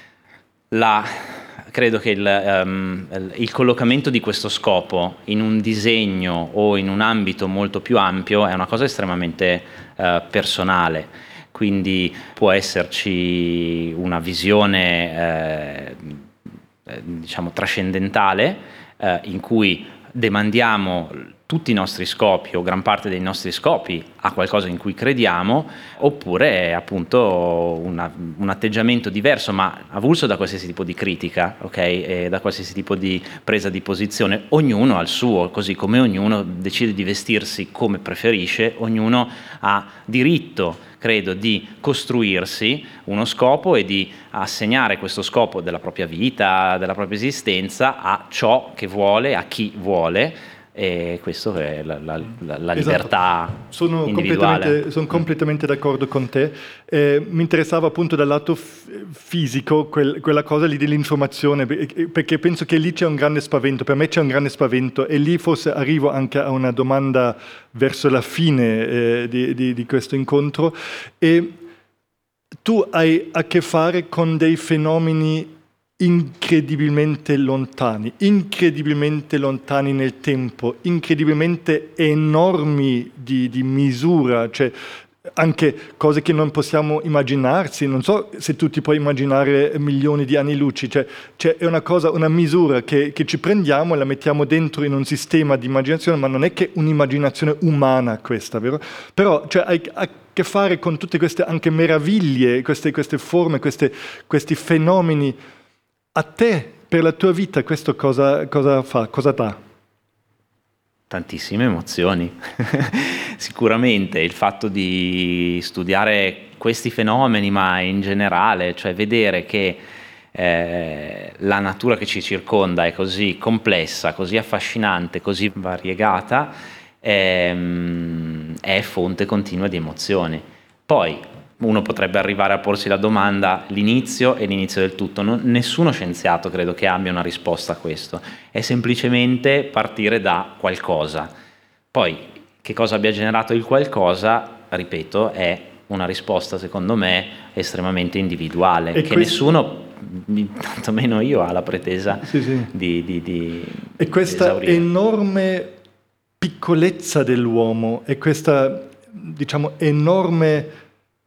credo che il collocamento di questo scopo in un disegno o in un ambito molto più ampio è una cosa estremamente personale. Quindi può esserci una visione diciamo trascendentale, in cui demandiamo tutti i nostri scopi o gran parte dei nostri scopi a qualcosa in cui crediamo, oppure appunto un atteggiamento diverso, ma avulso da qualsiasi tipo di critica, ok? E da qualsiasi tipo di presa di posizione. Ognuno ha il suo, così come ognuno decide di vestirsi come preferisce, ognuno ha diritto, credo, di costruirsi uno scopo e di assegnare questo scopo della propria vita, della propria esistenza a ciò che vuole, a chi vuole, e questo è la libertà individuale. Sono completamente d'accordo con te. Mi interessava appunto dal lato fisico quella cosa lì dell'informazione, perché penso che lì c'è un grande spavento, per me c'è un grande spavento, e lì forse arrivo anche a una domanda verso la fine di questo incontro. E tu hai a che fare con dei fenomeni incredibilmente lontani nel tempo, incredibilmente enormi di misura, cioè anche cose che non possiamo immaginarsi. Non so se tu ti puoi immaginare milioni di anni luce, cioè è una misura che ci prendiamo e la mettiamo dentro in un sistema di immaginazione, ma non è che un'immaginazione umana questa, vero? Però cioè, hai a che fare con tutte queste anche meraviglie, queste forme, questi fenomeni. A te, per la tua vita, questo cosa fa? Cosa dà? Tantissime emozioni. Sicuramente il fatto di studiare questi fenomeni, ma in generale, cioè vedere che la natura che ci circonda è così complessa, così affascinante, così variegata, è fonte continua di emozioni. Poi uno potrebbe arrivare a porsi la domanda, l'inizio del tutto. Nessuno scienziato credo che abbia una risposta a questo, è semplicemente partire da qualcosa. Poi che cosa abbia generato il qualcosa, ripeto, è una risposta secondo me estremamente individuale, e che nessuno, tantomeno io, ha la pretesa di e questa esaurire. Enorme piccolezza dell'uomo e questa, diciamo, enorme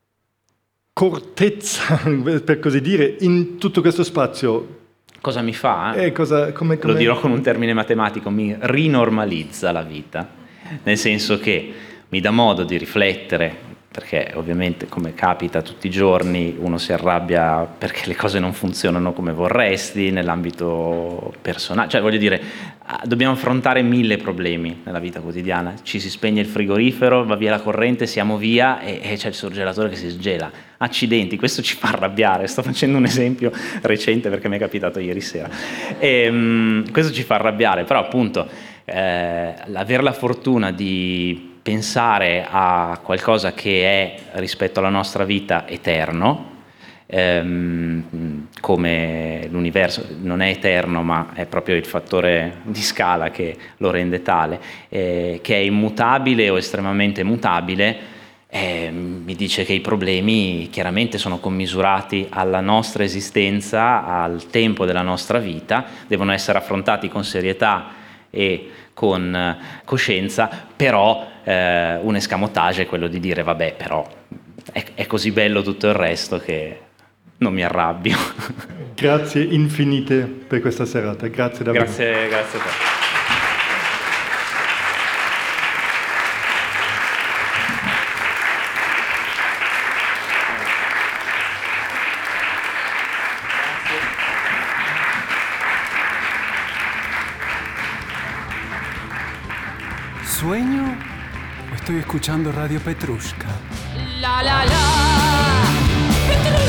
cortezza, per così dire, in tutto questo spazio. Cosa mi fa? Come... Lo dirò con un termine matematico, mi rinormalizza la vita, nel senso che mi dà modo di riflettere, perché ovviamente, come capita tutti i giorni, uno si arrabbia perché le cose non funzionano come vorresti nell'ambito personale, cioè voglio dire, dobbiamo affrontare 1000 problemi nella vita quotidiana. Ci si spegne il frigorifero, va via la corrente, siamo via e c'è il surgelatore che si sgela. Accidenti, questo ci fa arrabbiare. Sto facendo un esempio recente perché mi è capitato ieri sera. Questo ci fa arrabbiare, però appunto avere la fortuna di pensare a qualcosa che è, rispetto alla nostra vita, eterno, come l'universo non è eterno ma è proprio il fattore di scala che lo rende tale, che è immutabile o estremamente mutabile, mi dice che i problemi chiaramente sono commisurati alla nostra esistenza, al tempo della nostra vita, devono essere affrontati con serietà e con coscienza, però un escamotage è quello di dire vabbè, però è così bello tutto il resto che non mi arrabbio. Grazie infinite per questa serata, grazie davvero. Grazie a te. ¿Sueño o estoy escuchando Radio Petrushka? La la la, Petrushka.